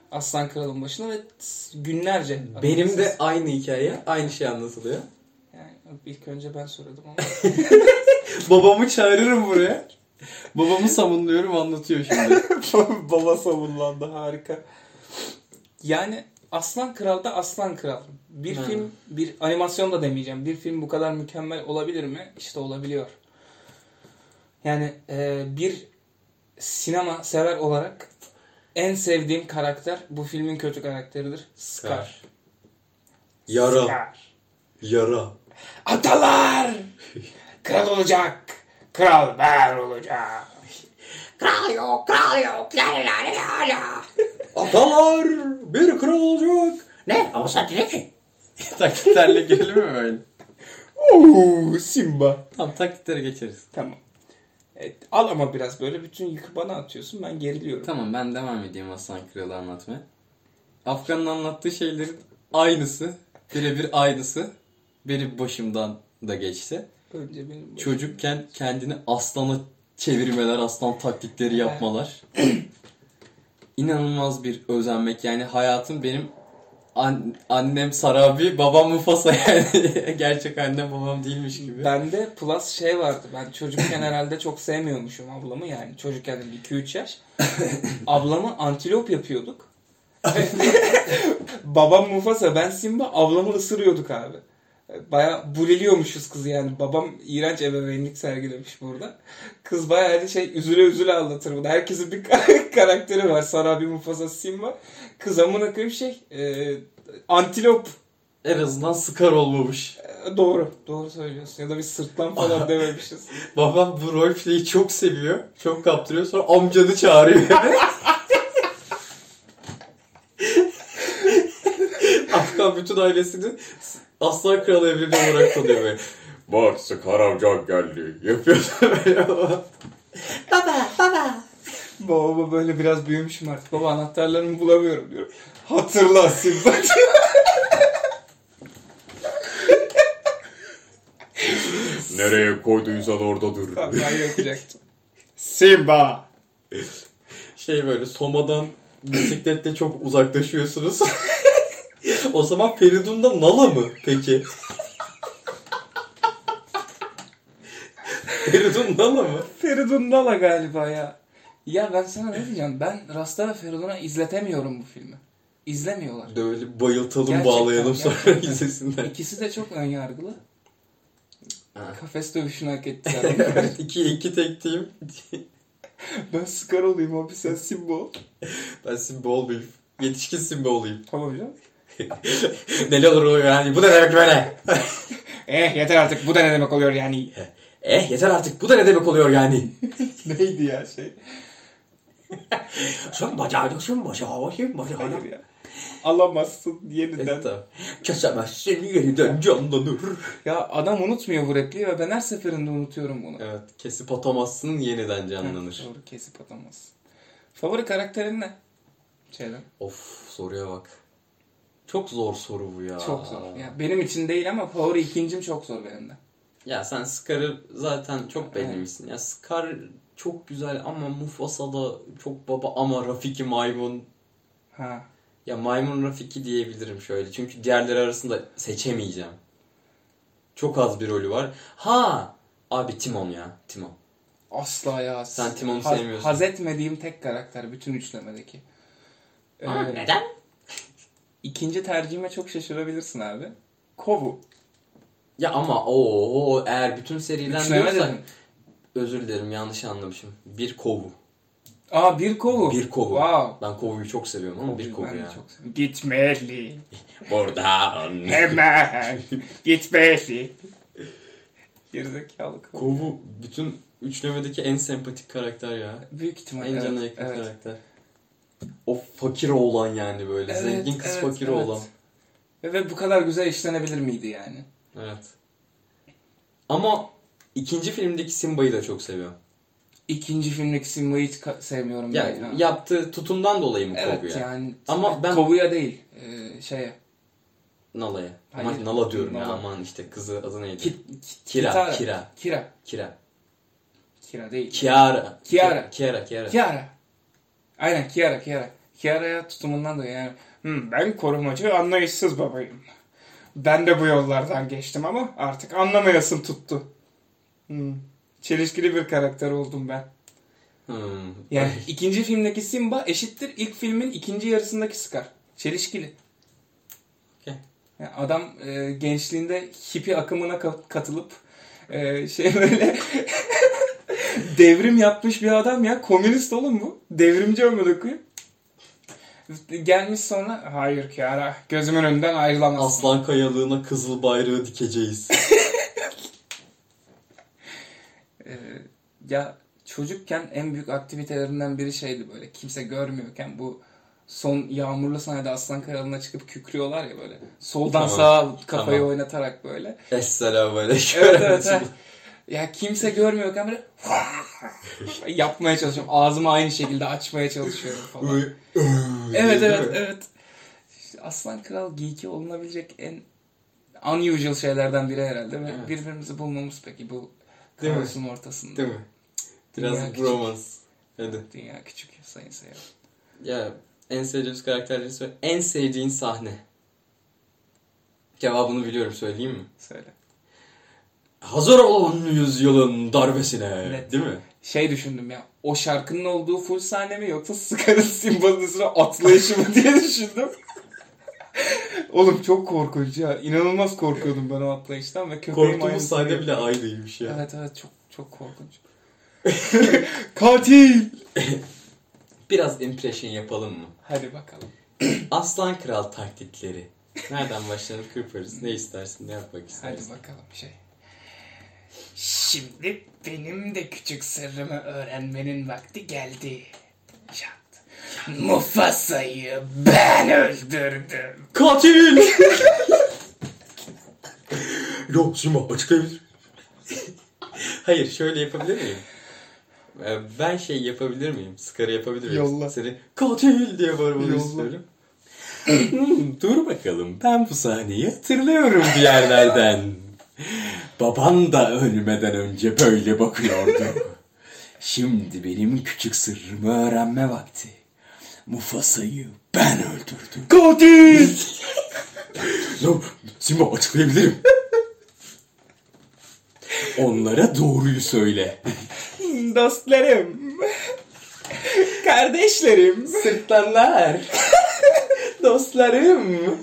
Aslan Kral'ın başına ve günlerce. Benim de aynı hikaye, aynı şey anlatılıyor. Yani ilk önce ben söyledim ama. Babamı çağırırım buraya. Babamı savunluyorum, anlatıyor şimdi. Baba savunlandı, harika. Yani Aslan Kral'da Aslan Kral. Bir film, bir animasyon da demeyeceğim. Bir film bu kadar mükemmel olabilir mi? İşte olabiliyor. Yani bir sinema sever olarak en sevdiğim karakter bu filmin kötü karakteridir. Scar. Yara. Scar. Yara. Atalar! Kral olacak. Kral ben olacağım. Kral yok, kral yok. La la la la la. Atalar bir kral olacak. Ne? Ama sen direkt ki. Taklitlerle girelim mi böyle? Oo, Simba. Tamam, taklitlere geçeriz. Tamam. Evet, al ama biraz böyle bütün yükü bana atıyorsun. Ben geriliyorum. Tamam, ben devam edeyim Aslan Kral'ı anlatmaya. Afgan'ın anlattığı şeylerin aynısı, birebir aynısı benim başımdan da geçti. Önce benim Çocukken kendini aslana çevirmeler, aslan taklitleri yapmalar. İnanılmaz bir özenmek. Yani hayatım benim annem Sarabi, babam Mufasa yani. Gerçek annem babam değilmiş gibi. Bende plus şey vardı. Ben çocukken herhalde çok sevmiyormuşum ablamı yani. Çocukken 2-3 yaş. Ablamı antilop yapıyorduk. Babam Mufasa, ben Simba, ablamı ısırıyorduk abi. Bayağı buliliyormuşuz kızı yani. Babam iğrenç ebeveynlik sergilemiş burada. Kız bayağı üzüle üzüle anlatır bunu. Herkesin bir karakteri var. Sarabi, Mufasa, Simba. Kız amına koyayım antilop. En azından Scar olmamış. Doğru. Doğru söylüyorsun. Ya da bir sırtlan falan dememişiz. Babam bu roleplay'i çok seviyor. Çok kaptırıyor. Sonra amcanı çağırıyor. Afgan bütün ailesini Aslan Kral evreni olarak tanıyor böyle. Bak, Scar amcan geldi. Yapıyor böyle. Baba. Babama böyle biraz büyümüşüm artık. Baba anahtarlarımı bulamıyorum diyorum. Hatırla Simba. Nereye koyduysan oradadır. Ben yapacaktım. Simba. Böyle Soma'dan bisikletle çok uzaklaşıyorsunuz. O zaman Feridun'da Nala mı peki? Feridun Nala mı? Feridun Nala galiba ya. Ya ben sana ne diyeceğim? Ben Rasta ve Feridun'a izletemiyorum bu filmi. İzlemiyorlar. Böyle bayıltalım, Gerçekten, bağlayalım sonra gerçekten. izlesinler. İkisi de çok önyargılı. Ha. Kafes dövüşünü hak ettiler. Evet, 2 tek team. Ben Scar olayım abi, sen Simba ol. Ben Simba olmayayım. Yetişkin Simba olayım. Tamam canım. Neler oluyor yani? Bu da ne demek böyle? Yeter artık, bu da ne demek oluyor yani? Yeter artık. Bu da ne demek oluyor yani? Neydi ya Hayır ya. Alamazsın yeniden. Evet, tamam. Kesemezsin, yeniden canlanır. Ya adam unutmuyor bu repliği ve ben her seferinde unutuyorum bunu. Evet. Kesip atamazsın, yeniden canlanır. Doğru, kesip atamazsın. Favori karakterin ne? Of, soruya bak. Çok zor soru bu ya. Çok zor. Ya benim için değil ama favori ikincim çok zor benim de. Ya sen Scar'ı zaten çok Evet. beğenmişsin. Ya Scar çok güzel ama Mufasa da çok baba, ama Rafiki maymun. Ha. Ya maymun Rafiki diyebilirim şöyle. Çünkü diğerleri arasında seçemeyeceğim. Çok az bir rolü var. Abi Timon ya. Timon. Asla ya. Sen Timon'u sevmiyorsun. Haz etmediğim tek karakter bütün üçlemedeki. Neden? İkinci tercihime çok şaşırabilirsin abi. Kovu. Ya ama eğer bütün seriden Üçleme diyorsak, dedim. özür dilerim, yanlış anlamışım. Bir Kovu. Bir Kovu. Bir Kovu. Wow. Ben Kovu'yu çok seviyorum ama bir Kovu Ben de ya. çok seviyorum. Gitmeli. Buradan. Hemen. Gitmeli. Gerizekalı Kovu. Kovu bütün üçlemedeki en sempatik karakter ya. Büyük ihtimalle. En cana yakın karakter. O fakir oğlan yani böyle. Evet, Zengin kız fakir oğlan. Ve bu kadar güzel işlenebilir miydi yani? Evet. Ama ikinci filmdeki Simba'yı da çok seviyorum. İkinci filmdeki Simba'yı hiç sevmiyorum. Yani ben. yaptığı tutumdan dolayı mı Evet Kovu'ya? yani. Ama ben Kovu'ya değil. Şeye. Nala'ya. Hayır. Ama Nala diyorum ya, Nala. aman işte kızı adı neydi? Kira. Kira değil. Kiara. Kiara. Kiara. Kiara. Aynen Kiara. Kiara'ya tutumundan da yani ben korumacı anlayışsız babayım. Ben de bu yollardan geçtim ama artık anlamayasım tuttu. Çelişkili bir karakter oldum ben. Yani ikinci filmdeki Simba eşittir ilk filmin ikinci yarısındaki Scar. Çelişkili. Okay. Yani adam gençliğinde hippie akımına katılıp böyle devrim yapmış bir adam ya. Komünist oğlum bu. Devrimci ömür koyuyor. Gelmiş sonra hayır Kiara gözümün önünden ayrılamazsın. Aslan kayalığına kızıl bayrağı dikeceğiz. Ya çocukken en büyük aktivitelerinden biri şeydi böyle kimse görmüyorken bu son yağmurlu sahnede Aslan Kralı'na çıkıp kükrüyorlar ya böyle. Soldan sağa kafayı oynatarak böyle. Esselamualeyküm. Evet. Ya kimse görmüyorken böyle yapmaya çalışıyorum. Ağzımı aynı şekilde açmaya çalışıyorum falan. Evet. İşte Aslan Kral geek'i olunabilecek en unusual şeylerden biri herhalde. Ve birbirimizi bulmamız peki bu kaosun ortasında. Değil mi? Biraz bromance. Hadi. Dünya küçük sayın seyirciler. Ya en sevdiğiniz karakterleri söyle. En sevdiğin sahne. Cevabını biliyorum, söyleyeyim mi? Söyle. Hazır olun yüzyılın darbesine. Evet. Değil mi? Şey düşündüm ya. O şarkının olduğu full sahne mi yoksa Scar'ın Simba'nın üstüne atlayışı mı diye düşündüm. Oğlum çok korkunç ya. İnanılmaz korkuyordum ben o atlayıştan ve köpeğim Korktuğumuz sahne bile ayrıymış ya. Evet çok korkunç. Katil! Biraz impression yapalım mı? Hadi bakalım. Aslan Kral taktikleri. Nereden başlayalım, kırparız. Ne istersin, ne yapmak istersin? Hadi bakalım Şimdi benim de küçük sırrımı öğrenmenin vakti geldi. Mufasa'yı ben öldürdüm. Katil! Yok Simba, açıklayabilir. Hayır, şöyle yapabilir miyim? Ben yapabilir miyim? Scar'ı yapabilir miyim? Yolla. Seni katil diye bağırmanı istiyorum. Dur bakalım, ben bu sahneyi hatırlıyorum bir yerlerden. Baban da ölmeden önce böyle bakıyordu. Şimdi benim küçük sırrımı öğrenme vakti. Mufasa'yı ben öldürdüm. Katil! Simba, açıklayabilirim. Onlara doğruyu söyle. Dostlarım. Kardeşlerim. Sırtlanlar. Dostlarım.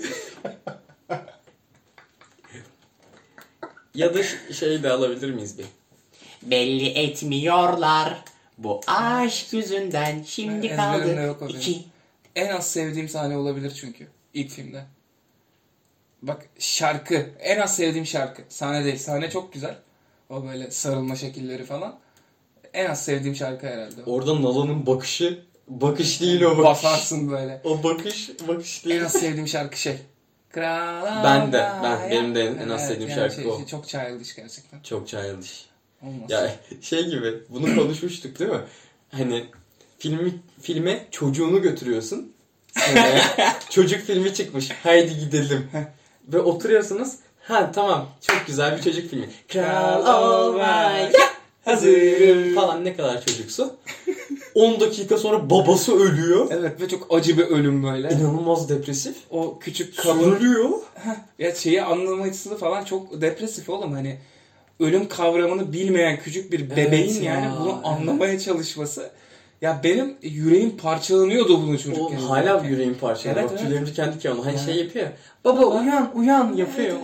Ya da şey de alabilir miyiz bir? Belli etmiyorlar. Bu aşk yüzünden şimdi Ezberimde kaldı yok o benim. 2. En az sevdiğim sahne olabilir çünkü. İlk filmde. Bak şarkı. En az sevdiğim şarkı. Sahne değil. Sahne çok güzel. O böyle sarılma şekilleri falan. En az sevdiğim şarkı herhalde. Orada Nala'nın bakışı, bakış değil o bakış. Basarsın böyle. O bakış değil. En az sevdiğim şarkı Kral. Benim de en az sevdiğim şarkı o. Çok childish gerçekten. Çok childish. Olmaz. Ya gibi, bunu konuşmuştuk değil mi? Hani filme çocuğunu götürüyorsun. Çocuk filmi çıkmış. Haydi gidelim. Ve oturuyorsunuz. Tamam, çok güzel bir çocuk filmi. Kral olmaya hazırım falan, ne kadar çocuksu. 10 dakika sonra babası ölüyor. Evet ve çok acı bir ölüm böyle. İnanılmaz depresif. O küçük kadın Ölüyor. Ya anlaması falan çok depresif oğlum, hani ölüm kavramını bilmeyen küçük bir bebeğin yani bunu anlamaya çalışması. Ya benim yüreğim parçalanıyordu bunu çocukken. O hala yüreğim parçalanıyor. Evet, Tüylerim diken diken oldu. Hani yapıyor. Baba uyan yapıyor.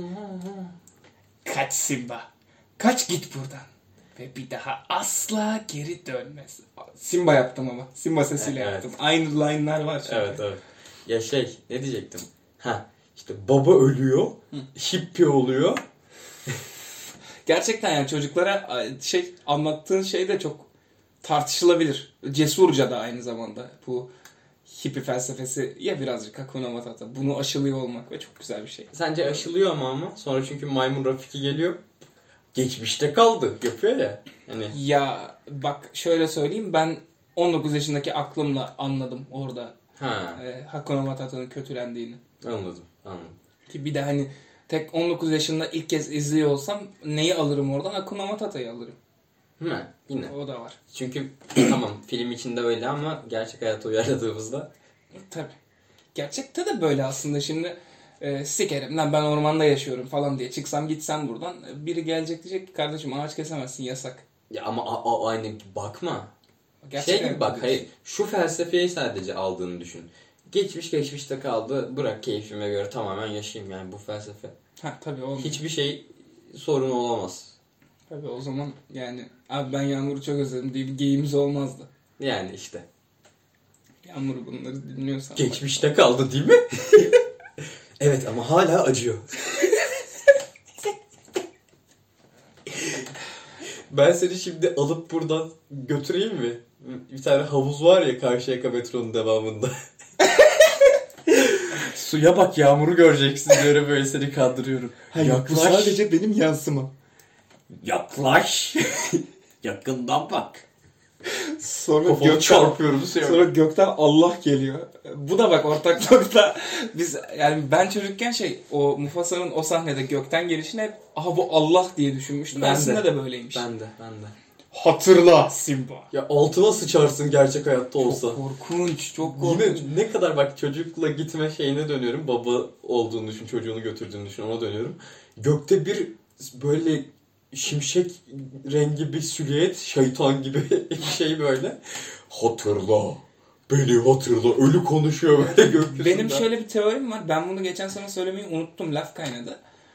Kaç Simba. Kaç git buradan. Ve bir daha asla geri dönmez. Simba yaptım ama. Simba sesiyle yaptım. Aynı line'lar var çünkü. Evet. Ya ne diyecektim? İşte baba ölüyor. Hippie oluyor. Gerçekten yani çocuklara anlattığın şey de çok tartışılabilir. Cesurca da aynı zamanda. Bu hippie felsefesi ya birazcık Hakuna Matata. Bunu aşılıyor olmak ve çok güzel bir şey. Sence aşılıyor ama sonra çünkü maymun Rafiki geliyor. Geçmişte kaldı. Yapıyor ya. Ya bak şöyle söyleyeyim, ben 19 yaşındaki aklımla anladım orada. Hakuna Matata'nın kötülendiğini. Anladım. Ki bir de tek 19 yaşında ilk kez izliyor olsam neyi alırım oradan? Hakuna Matata'yı alırım. Yine. O da var. Çünkü tamam film içinde öyle ama gerçek hayata uyarladığımızda Tabii. Gerçekte de böyle aslında şimdi sikerim lan ben ormanda yaşıyorum falan diye çıksam gitsem buradan biri gelecek diyecek ki kardeşim ağaç kesemezsin yasak. Ya ama aynı bakma. Gerçekten Şey gibi bak, tabii. hayır. Şu felsefeyi sadece aldığını düşün. Geçmiş geçmişte kaldı. Bırak keyfime göre tamamen yaşayayım, yani bu felsefe. Ha tabii olmuyor. Hiçbir şey sorun olamaz. Tabii o zaman yani abi ben Yağmur'u çok özledim diye bir geyimiz olmazdı. Yani işte. Yağmur bunları dinliyorsan. Geçmişte kaldı değil mi? Evet ama hala acıyor. Ben seni şimdi alıp buradan götüreyim mi? Bir tane havuz var ya Karşıyaka metronun devamında. Suya bak, yağmuru göreceksin diyorum, böyle seni kandırıyorum. Bu sadece benim yansımam. Yaklaş. Yakından bak. Sonra Kafanı çarpıyorum. Sonra gökten Allah geliyor. Bu da bak ortak nokta. Biz yani ben çocukken o Mufasa'nın o sahnede gökten gelişine hep aha bu Allah diye düşünmüştüm. Ben Aslında de. da böyleymiş. Ben de. Hatırla Simba. Ya altına sıçarsın gerçek hayatta olsa. Çok korkunç, çok korkunç. Yine ne kadar bak, çocukla gitme şeyine dönüyorum. Baba olduğunu düşün, çocuğunu götürdüğünü düşün, ona dönüyorum. Gökte bir böyle şimşek rengi bir silüet, şeytan gibi bir şey böyle. Hatırla, beni hatırla, ölü konuşuyor böyle gökyüzünde. Benim şöyle bir teorim var. Ben bunu geçen sene söylemeyi unuttum. Laf kaynadı.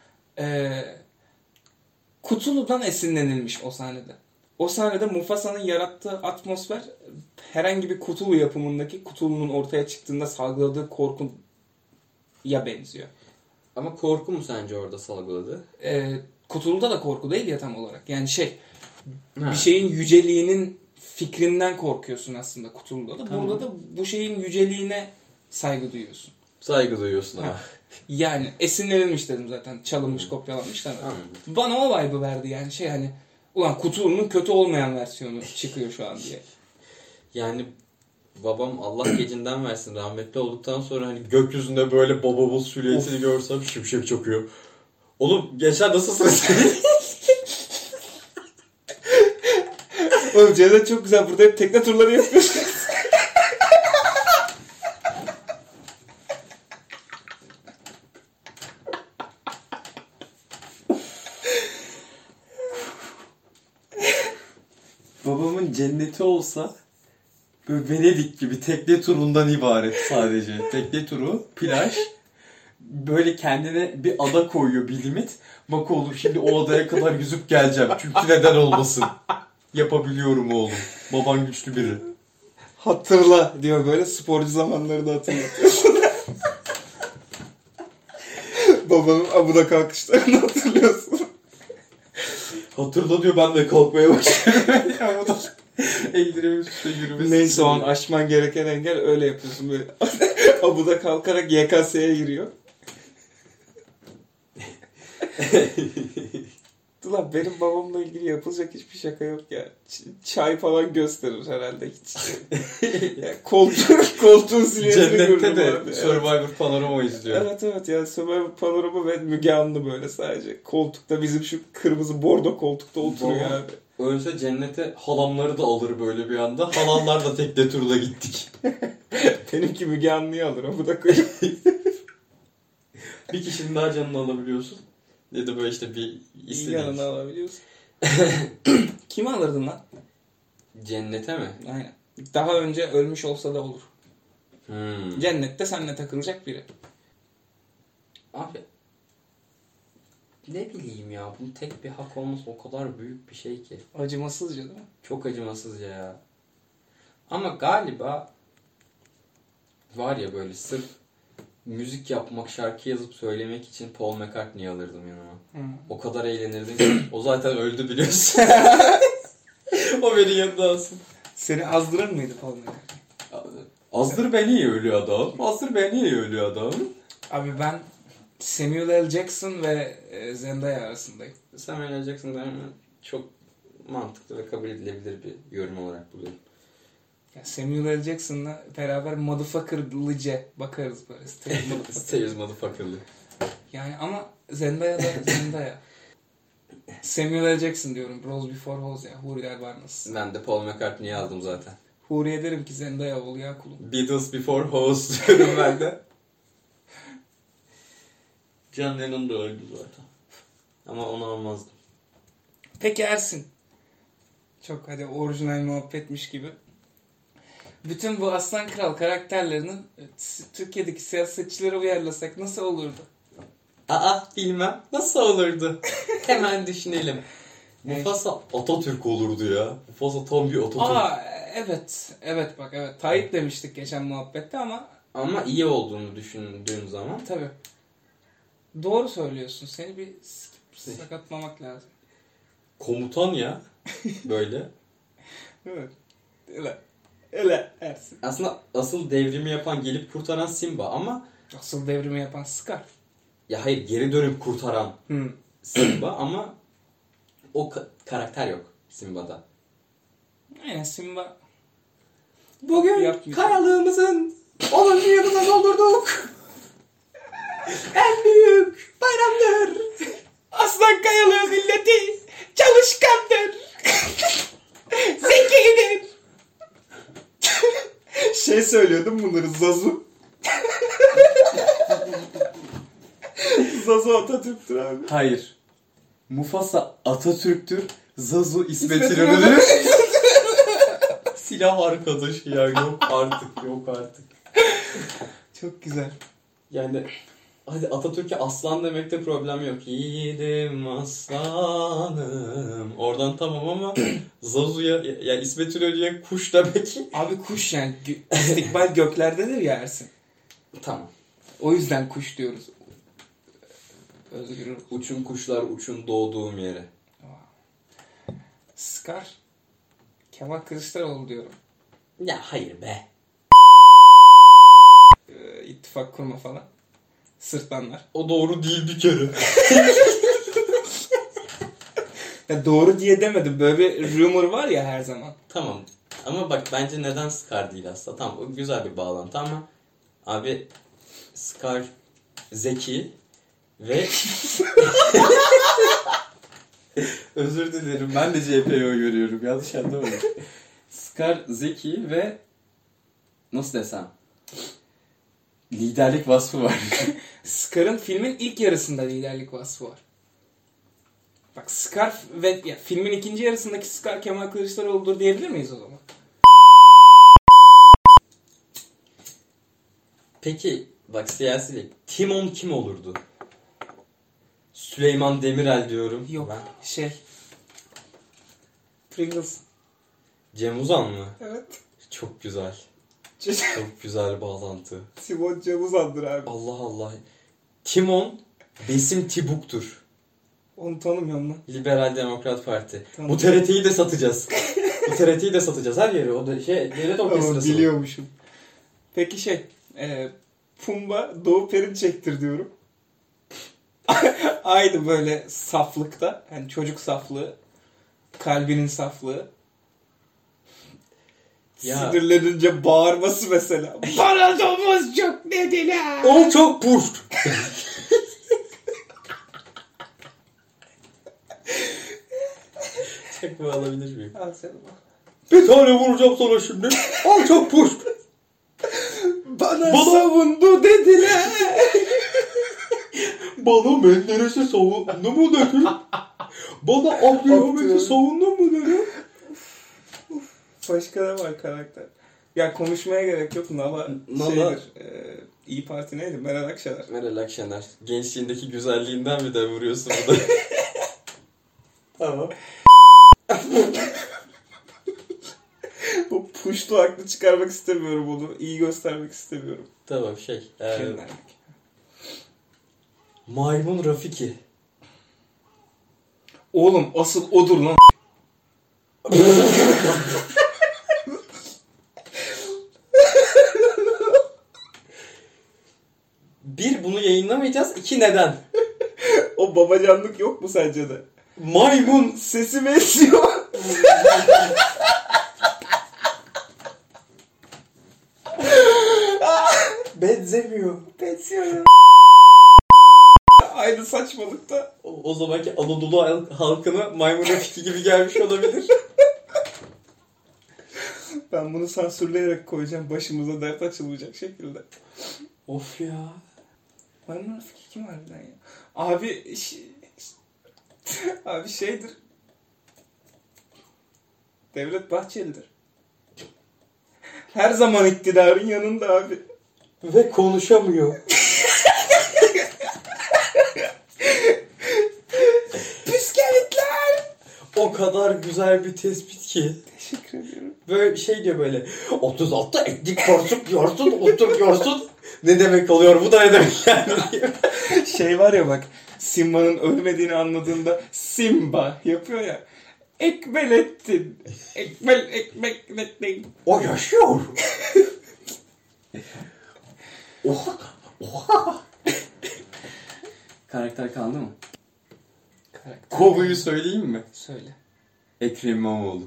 Cthulhu'dan esinlenilmiş o sahnede. O sahnede Mufasa'nın yarattığı atmosfer herhangi bir Cthulhu yapımındaki Cthulhu'nun ortaya çıktığında salgıladığı korkuya benziyor. Ama korku mu sence orada salgıladı? Cthulhu'da da korku değil ya tam olarak. Yani Ha. bir şeyin yüceliğinin fikrinden korkuyorsun aslında Cthulhu'da da. Tamam. Burada da bu şeyin yüceliğine saygı duyuyorsun. Saygı duyuyorsun ama. Yani esinlenilmiş dedim zaten. Çalınmış, kopyalanmış da. Anladım. Bana o vibe'ı verdi yani hani ulan Cthulhu'nun kötü olmayan versiyonu çıkıyor şu an diye. Yani babam Allah gecinden versin, rahmetli olduktan sonra hani gökyüzünde böyle babamın silüetini görsem şimşek çakıyor. Oğlum gençler nasılsınız? Oğlum Cevdet çok güzel. Burada hep tekne turları yapıyorsunuz. Babamın cenneti olsa böyle Venedik gibi tekne turundan ibaret sadece. Tekne turu, plaj. Böyle kendine bir ada koyuyor, bir limit. Bak oğlum şimdi o adaya kadar yüzüp geleceğim. Çünkü neden olmasın? Yapabiliyorum oğlum. Baban güçlü biri. Hatırla diyor böyle sporcu zamanlarını hatırlatıyor. Babanın abuda kalkışlarını hatırlıyorsun. Hatırla diyor, ben de kalkmaya başlıyorum. Abuda eğlerimin üstüne yürümesi. Neyse o an aşman gereken engel öyle yapıyorsun böyle. Abuda kalkarak YKS'ye giriyor. Ulan benim babamla ilgili yapılacak hiçbir şaka yok ya. Çay falan gösterir herhalde hiç. Yani koltuğun silüetini görürüm. Cennette de abi. Survivor Panorama izliyor. Evet yani Survivor Panorama ve Müge Anlı böyle sadece. Koltukta bizim şu kırmızı bordo koltukta oturuyor Baba. abi. Ölse cennete halamları da alır böyle bir anda. Halamlar da tekne turuna gittik. Benimki Müge Anlı'yı alır o bu da koyuyor. Bir kişinin daha canını alabiliyorsun. Ya da böyle işte bir İyi istediğin. yanını alabiliyorsun. Kimi alırdın lan? Cennete mi? Aynen. Daha önce ölmüş olsa da olur. Hmm. Cennette seninle takılacak biri. Abi ne bileyim ya, bunun tek bir hak olması o kadar büyük bir şey ki. Acımasızca değil mi? Çok acımasızca ya. Ama galiba var ya, böyle sırf müzik yapmak, şarkı yazıp söylemek için Paul McCartney'i alırdım yanıma. O kadar eğlenirdim ki. O zaten öldü biliyorsun. O beni yanına alsın. Seni azdırır mıydı Paul McCartney? Azdır beni ölü adam. Azdır beni ölü adam. Abi ben Samuel L. Jackson ve Zendaya arasındayım. Samuel L. Jackson'dan çok mantıklı ve kabul edilebilir bir yorum olarak buluyorum. Ya Samuel L. Jackson'la beraber motherfucker'lıca bakarız böyle. Stairs motherfucker'lı. Yani ama Zendaya da Zendaya. Samuel L. Jackson diyorum. Bros Before Hoes ya. Huriler var nasıl? Ben de Paul McCartney'i yazdım zaten. Huriye derim ki Zendaya ol ya kulum. Beatles before host diyorum ben de. John Lennon da öldü zaten. Ama onu almazdım. Peki Ersin. Çok hadi orijinal muhabbetmiş gibi. Bütün bu Aslan Kral karakterlerinin Türkiye'deki siyasetçilere uyarlasak nasıl olurdu? Bilmem. Nasıl olurdu? Hemen düşünelim. Mufasa Atatürk olurdu ya. Mufasa tam bir Atatürk. Evet. Evet bak evet. Tayyip demiştik geçen muhabbette ama. Ama iyi olduğunu düşündüğün zaman. Tabii. Doğru söylüyorsun. Seni bir sakatlamak lazım. Komutan ya. Böyle. Evet. Öyle Ersin. Aslında asıl devrimi yapan, gelip kurtaran Simba ama Asıl devrimi yapan Scar. ya hayır, geri dönüp kurtaran Simba ama o karakter yok Simba'da. Aynen Simba. Bugün kayalığımızın 10. yılına doldurduk. En büyük bayramdır. Aslan Kayalığı milleti çalışkandır. Zekidir. Söylüyordum bunları Zazu. Zazu Atatürk'tür abi. Hayır. Mufasa Atatürk'tür. Zazu İsmet İsmet İnönü'dür. Silah arkadaşı ya. Yok artık. Çok güzel. Yani hadi Atatürk'e aslan demekte problem yok. Yiğidim aslanım. Oradan tamam ama Zazu'ya yani İsmet İnönü'ye kuş demek. Abi kuş yani istikbal göklerdedir ya Ersin. Tamam. O yüzden kuş diyoruz. Özgür. Uçun kuşlar uçun doğduğum yere. Scar. Kemal Kılıçdaroğlu diyorum. Ya hayır be. İttifak kurma falan. Sırtlanlar. O doğru değil bir kere. Ya doğru diye demedim. Böyle bir rumor var ya her zaman. Tamam. Ama bak bence neden Scar değil aslında. Tamam o güzel bir bağlantı ama abi Scar zeki ve özür dilerim ben de CHP'yi görüyorum. Yanlış anlamadım. Scar zeki ve nasıl desem liderlik vasfı var. Scar'ın filmin ilk yarısında liderlik vasfı var. Bak Scar ve ya, filmin ikinci yarısındaki Scar Kemal Kılıçdaroğlu'dur diyebilir miyiz o zaman? Peki bak siyasilik. Timon kim olurdu? Süleyman Demirel diyorum. Yok. Ben. Pringles. Cem Uzan mı? Evet. Çok güzel. Çok güzel bağlantı. Timon Cemuzan'dır abi. Allah Allah. Timon Besim Tibuk'tur. Onu tanımıyorum lan. Liberal Demokrat Parti. Tamam. Bu TRT'yi de satacağız. Bu TRT'yi de satacağız her yere. O da devlet orkestrası. Biliyormuşum. Peki Pumba Doğu Perinçek'tir diyorum. Aynı böyle saflıkta. Yani çocuk saflığı. Kalbinin saflığı. Ya. Sinirlenince bağırması mesela. Bana domuz çok dediler. O çok puşt. Çakma alabilir miyim? Al sen bak. Bir tane vuracağım sana şimdi. O çok puşt. Bana savundu dediler. Bana Menderes'i savundu mu dedi? Bana Abdülhamit'i savundu mu dedi? Başka ne var karakter? Ya konuşmaya gerek yok. Nala. İyi Parti neydi? Meral Akşener. Meral Akşener. Gençliğindeki güzelliğinden mi de vuruyorsun bu da? Tamam. Bu puştu aklı çıkarmak istemiyorum bunu. İyi göstermek istemiyorum. Tamam Filmler. Maymun Rafiki. Oğlum asıl odur lan. Bir, bunu yayınlamayacağız. İki, neden? O babacanlık yok mu sence de? Maymun. Sesime esiyor. Benzemiyor. Benziyor. Aynı saçmalıkta. O zamanki Anadolu halkına Maymun Rafiki gibi gelmiş olabilir. Ben bunu sansürleyerek koyacağım. Başımıza dert açılmayacak şekilde. Of ya. Maymun Rafiki kim harbiden ya? Abi abi şeydir. Devlet Bahçeli'dir. Her zaman iktidarın yanında abi. Ve konuşamıyor. Püskevitler! O kadar güzel bir tespit ki. Teşekkür ediyorum. Böyle şey diyor böyle. 36 etnik porsuk yiyorsun, oturuyorsun. Ne demek oluyor bu da ne demek yani? Şey var ya bak. Simba'nın ölmediğini anladığında Simba yapıyor ya. Ekmelettin. Ekmelettin. O yaşıyor. Oha. Oha. Karakter kaldı mı? Karakter. Kovuyu söyleyeyim mi? Söyle. Ekrem İmamoğlu.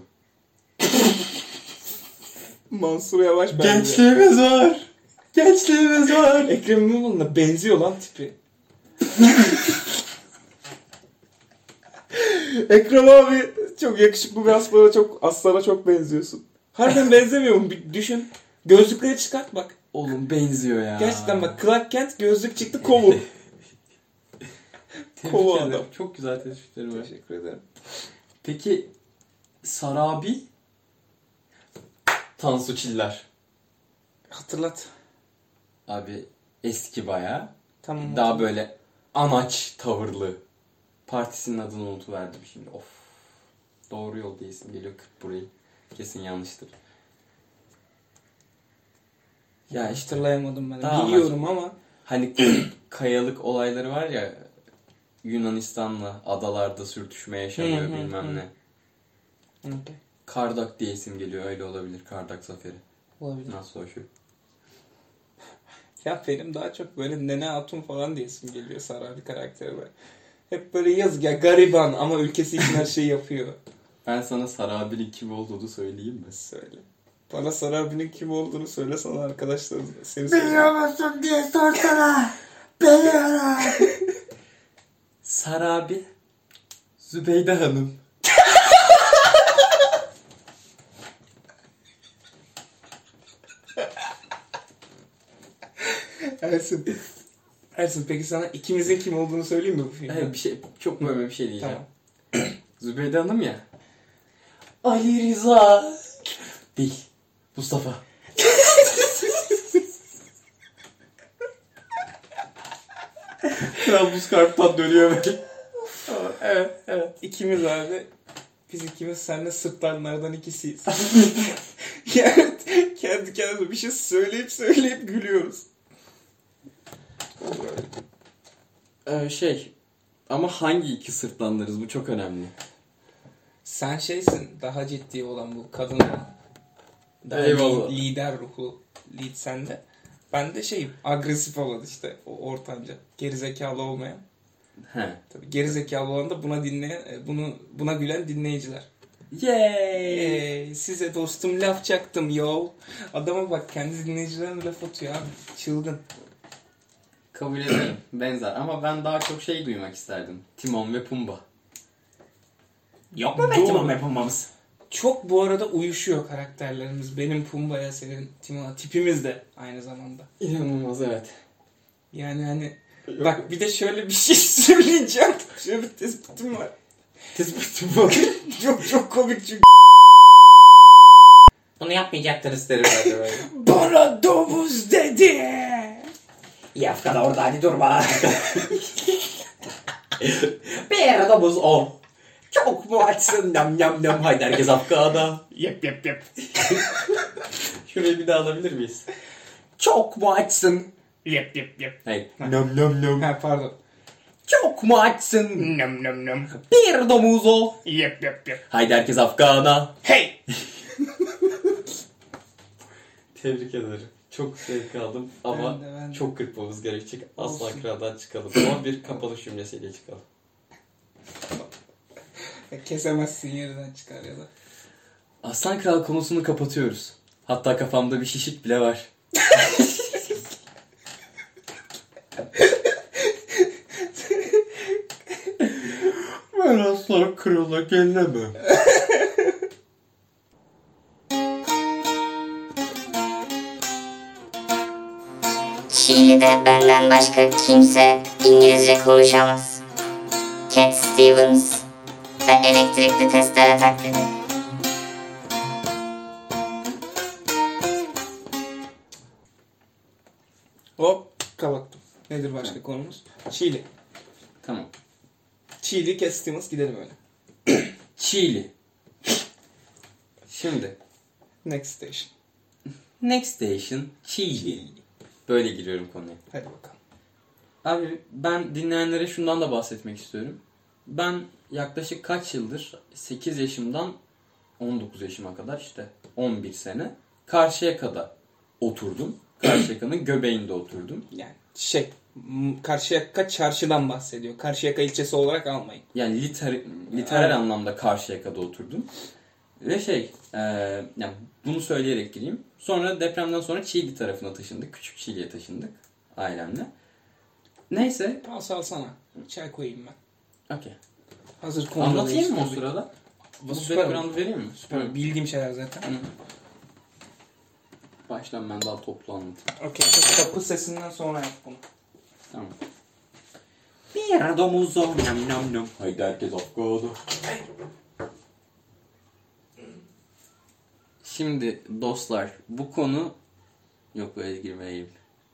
Mansur Yavaş bence. Gençliğimiz var. Gençliğimiz var. Ekrem İmamoğlu'na benziyor lan tipi. Ekrem abi çok yakışıklı bir aslana çok benziyorsun. Harbiden benzemiyor mu? Bir düşün. Gözlükleri çıkart bak. Oğlum benziyor ya. Gerçekten bak Clark Kent gözlük çıktı kovu. Kovu Tebrik ederim. adam. Çok güzel tespitleri var. Teşekkür ederim. Peki Sarabi Tansu Çiller. Hatırlat. Abi eski bayağı. Tamam. Daha böyle anaç tavırlı. Partisinin adını unutuverdim şimdi. Of. Doğru yol değilsin. Geliyor 40 burayı. Kesin yanlıştır. Ya işte Hatırlayamadım ben. Tamam, Biliyorum ama. hani kayalık olayları var ya, Yunanistan'la adalarda sürtüşme yaşanıyor bilmem ne. Okay. Kardak diye isim geliyor. Öyle olabilir. Kardak Zaferi. Olabilir. Nasıl hoşu? Ya benim daha çok böyle Nene Hatun falan diye isim geliyor Sarabi karakterine. Hep böyle yazık ya gariban ama ülkesi için her şeyi yapıyor. Ben sana Sarabi'nin kim olduğunu söyleyeyim mi? Söyle. Bana Sarabi'nin kim olduğunu söyle sana arkadaşlarım. Seni Biliyor musun diye sorsana. Biliyorum. Sarabi Zübeyde Hanım. Ersin peki sana ikimizin kim olduğunu söyleyeyim mi bu filmde? Evet, bir şey çok mühim bir şey diyeceğim. Tamam. Zübeyde Hanım ya. Ali Rıza. Bil. Mustafa. Trablusgarp'tan dönüyor böyle. Evet. İkimiz abi. Biz ikimiz seninle sırtlanlardan ikisiyiz. Yani kendi kendimize bir şey söyleyip gülüyoruz. Ama hangi iki sırtlanlarız? Bu çok önemli. Sen şeysin daha ciddi olan bu kadın. Daha Eyvallah. lider ruhlu. Lead sende. Ben de şeyim agresif olan işte o ortanca. Gerizekalı olmayan. He. Tabii gerizekalı olan da buna gülen dinleyiciler. Yay! Size dostum laf çaktım yo. Adama bak kendi dinleyicilerine laf atıyor abi. Çılgın. Kabul edeyim. Benzer. Ama ben daha çok şey duymak isterdim. Timon ve Pumba. Yok mu be Doğru. Timon ve Pumba'mız? Çok bu arada uyuşuyor karakterlerimiz. Benim Pumba'ya senin Timon'a. Tipimiz de aynı zamanda. İnanılmaz evet. Yani hani bak bir de şöyle bir şey söyleyeceğim. Şöyle bir tespitim var. Tespitim var. Çok komik çünkü. Bunu yapmayacaktır isterim ben de böyle. Bana domuz dedi. Yafka da orada hadi durma. Bir domuz o. Çok mu açsın nam nam nam haydi herkes Afga'da. Yap. Şurayı bir daha alabilir miyiz? Çok mu açsın? Yap. Hayır. Nam nam nam. Ha pardon. Çok mu açsın? Nam. Bir domuz o. Yap. Haydi herkes Afga'da. Hey. Tebrik ederim. Çok zevk aldım ama Ben de. çok kırpmamız gerekecek. Aslan Olsun. Kral'dan çıkalım. Ama bir kapanış cümlesiyle çıkalım. Kesemezsin yerden çıkar ya da. Aslan Kral konusunu kapatıyoruz. Hatta kafamda bir şişik bile var. Ben Aslan Kral'a gelemem. Çiğli'de benden başka kimse İngilizce konuşamaz. Cat Stevens ve elektrikli testere taklidi. Hop kapattım. Nedir başka konumuz? Çiğli. Tamam. Çiğli, Cat Stevens gidelim öyle. Çiğli. Şimdi. Next station. Next station Çiğli. Böyle giriyorum konuya. Hadi bakalım. Abi ben dinleyenlere şundan da bahsetmek istiyorum. Ben yaklaşık kaç yıldır 8 yaşımdan 19 yaşıma kadar işte 11 sene Karşıyaka'da oturdum. Karşıyaka'nın göbeğinde oturdum. Yani Karşıyaka çarşıdan bahsediyor. Karşıyaka ilçesi olarak almayın. Yani literal anlamda Karşıyaka'da oturdum. Ve yani bunu söyleyerek gireyim. Sonra depremden sonra Çiğli tarafına taşındık. Küçük Çiğli'ye taşındık ailemle. Neyse. Salsana. Çay koyayım ben. Okey. Hazır konuda. Anlatayım mı o sırada? Bu background'ı vereyim mi? Süper. Bildiğim şeyler zaten. Hı. Baştan ben daha toplu anlatayım. Okey. Kapı sesinden sonra yap bunu. Tamam. Bir yere domuz o. Nam nam nam. Haydi herkes afkodu. Şimdi dostlar bu konu... Yok böyle girmeyeyim.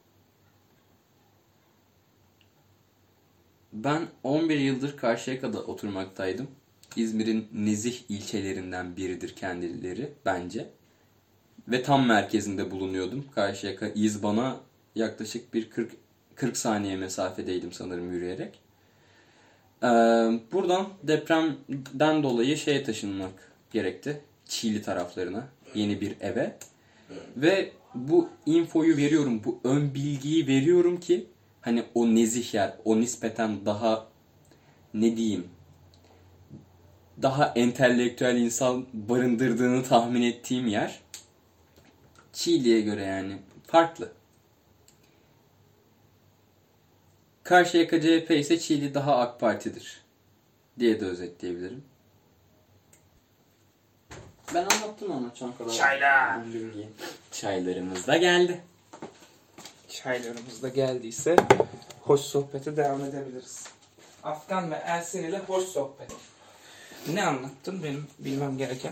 Ben 11 yıldır Karşıyaka'da oturmaktaydım. İzmir'in nezih ilçelerinden biridir kendileri bence. Ve tam merkezinde bulunuyordum. Karşıyaka İzban'a yaklaşık bir 40 saniye mesafedeydim sanırım yürüyerek. Buradan depremden dolayı taşınmak gerekti. Çiğli taraflarına. Yeni bir eve. Ve bu infoyu veriyorum. Bu ön bilgiyi veriyorum ki hani o nezih yer, o nispeten daha ne diyeyim, daha entelektüel insan barındırdığını tahmin ettiğim yer Çiğli'ye göre yani farklı. Karşıyaka CHP ise Çiğli daha AK Parti'dir diye de özetleyebilirim. Ben anlattım ama Çankırı'da. Çaylar. Çaylarımız da geldi. Çaylarımız da geldiyse hoş sohbete devam edebiliriz. Afgan ve Ersin ile hoş sohbet. Ne anlattın benim bilmem gereken?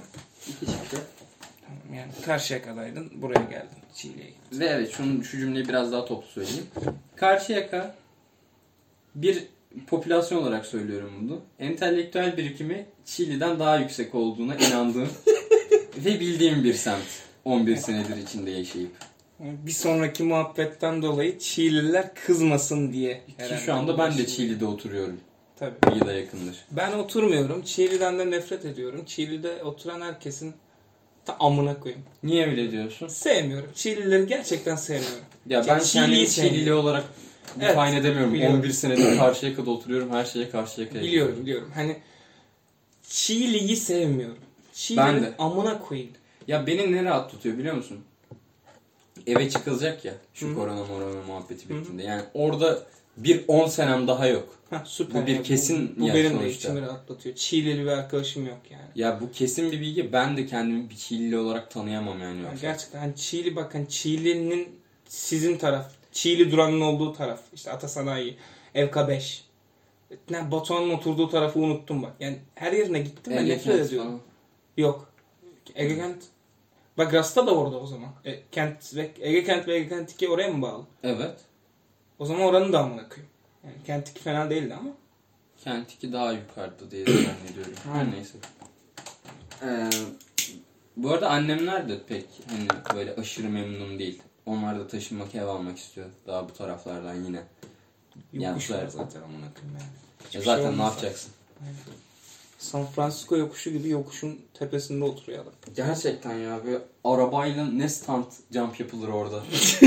Yani Karşıyaka'daydın, buraya geldin, Çiğli'ye gittin. Ve evet şu cümleyi biraz daha toplu söyleyeyim. Karşıyaka bir popülasyon olarak söylüyorum bunu. Entelektüel birikimi Çiğli'den daha yüksek olduğuna inandığım ve bildiğim bir semt. 11 senedir içinde yaşayıp. Bir sonraki muhabbetten dolayı Çiğliler kızmasın diye. Ki şu anda ben de Çiğli'de oturuyorum. Tabii. Bir yıla yakındır. Ben oturmuyorum. Çiğli'den de nefret ediyorum. Çiğli'de oturan herkesin ta amına koyayım. Niye öyle diyorsun? Sevmiyorum. Çiğlileri gerçekten sevmiyorum. Ya ben kendimi Çiğlili olarak define Evet, edemiyorum. biliyorum. 11 senedir Karşıyaka'da oturuyorum. Her şeye Karşıyaka'ya Biliyorum. Hani Çiğli'yi sevmiyorum. Ben Çiğli'nin de. amına koyayım. Ya beni ne rahat tutuyor biliyor musun? Eve çıkılacak ya. Şu Hı. korona muhabbeti bittiğinde. Yani orada bir 10 senem daha yok. Heh, süper. Bu bir Ya, kesin bu yer benim de sonuçta. içimi rahatlatıyor. Çiğlili bir arkadaşım yok yani. Ya bu kesin bir bilgi. Ben de kendimi bir Çiğlili olarak tanıyamam yani. Yani Yoksa. gerçekten hani Çiğli bakın Çiğli'nin sizin taraf. Çiğli duranın olduğu taraf. İşte Atasanayi, FK5. Batuhan'ın oturduğu tarafı unuttum bak. Yani her yerine gittim ve nefret ediyorum. Falan. Yok. Ege Kent. Bak Rasta da orada o zaman. Kent ve Ege Kent ve Ege Kent 2 oraya mı bağlı? Evet. O zaman oranın da amına koyayım. Yani Kent 2 fena değildi ama. Kent 2 daha yukarıda diye zannediyorum. Her neyse. Bu arada annemler de pek hani böyle aşırı memnun değil. Onlar da taşınmak, ev almak istiyor. Daha bu taraflardan yine. Yokuş var Yalnızlar. zaten amına koyayım yani. Hiçbir Ya zaten şey ne olmaz. yapacaksın? Aynen. San Francisco yokuşu gibi yokuşun tepesinde oturuyor adam. Gerçekten ya böyle arabayla ne stunt jump yapılır orada.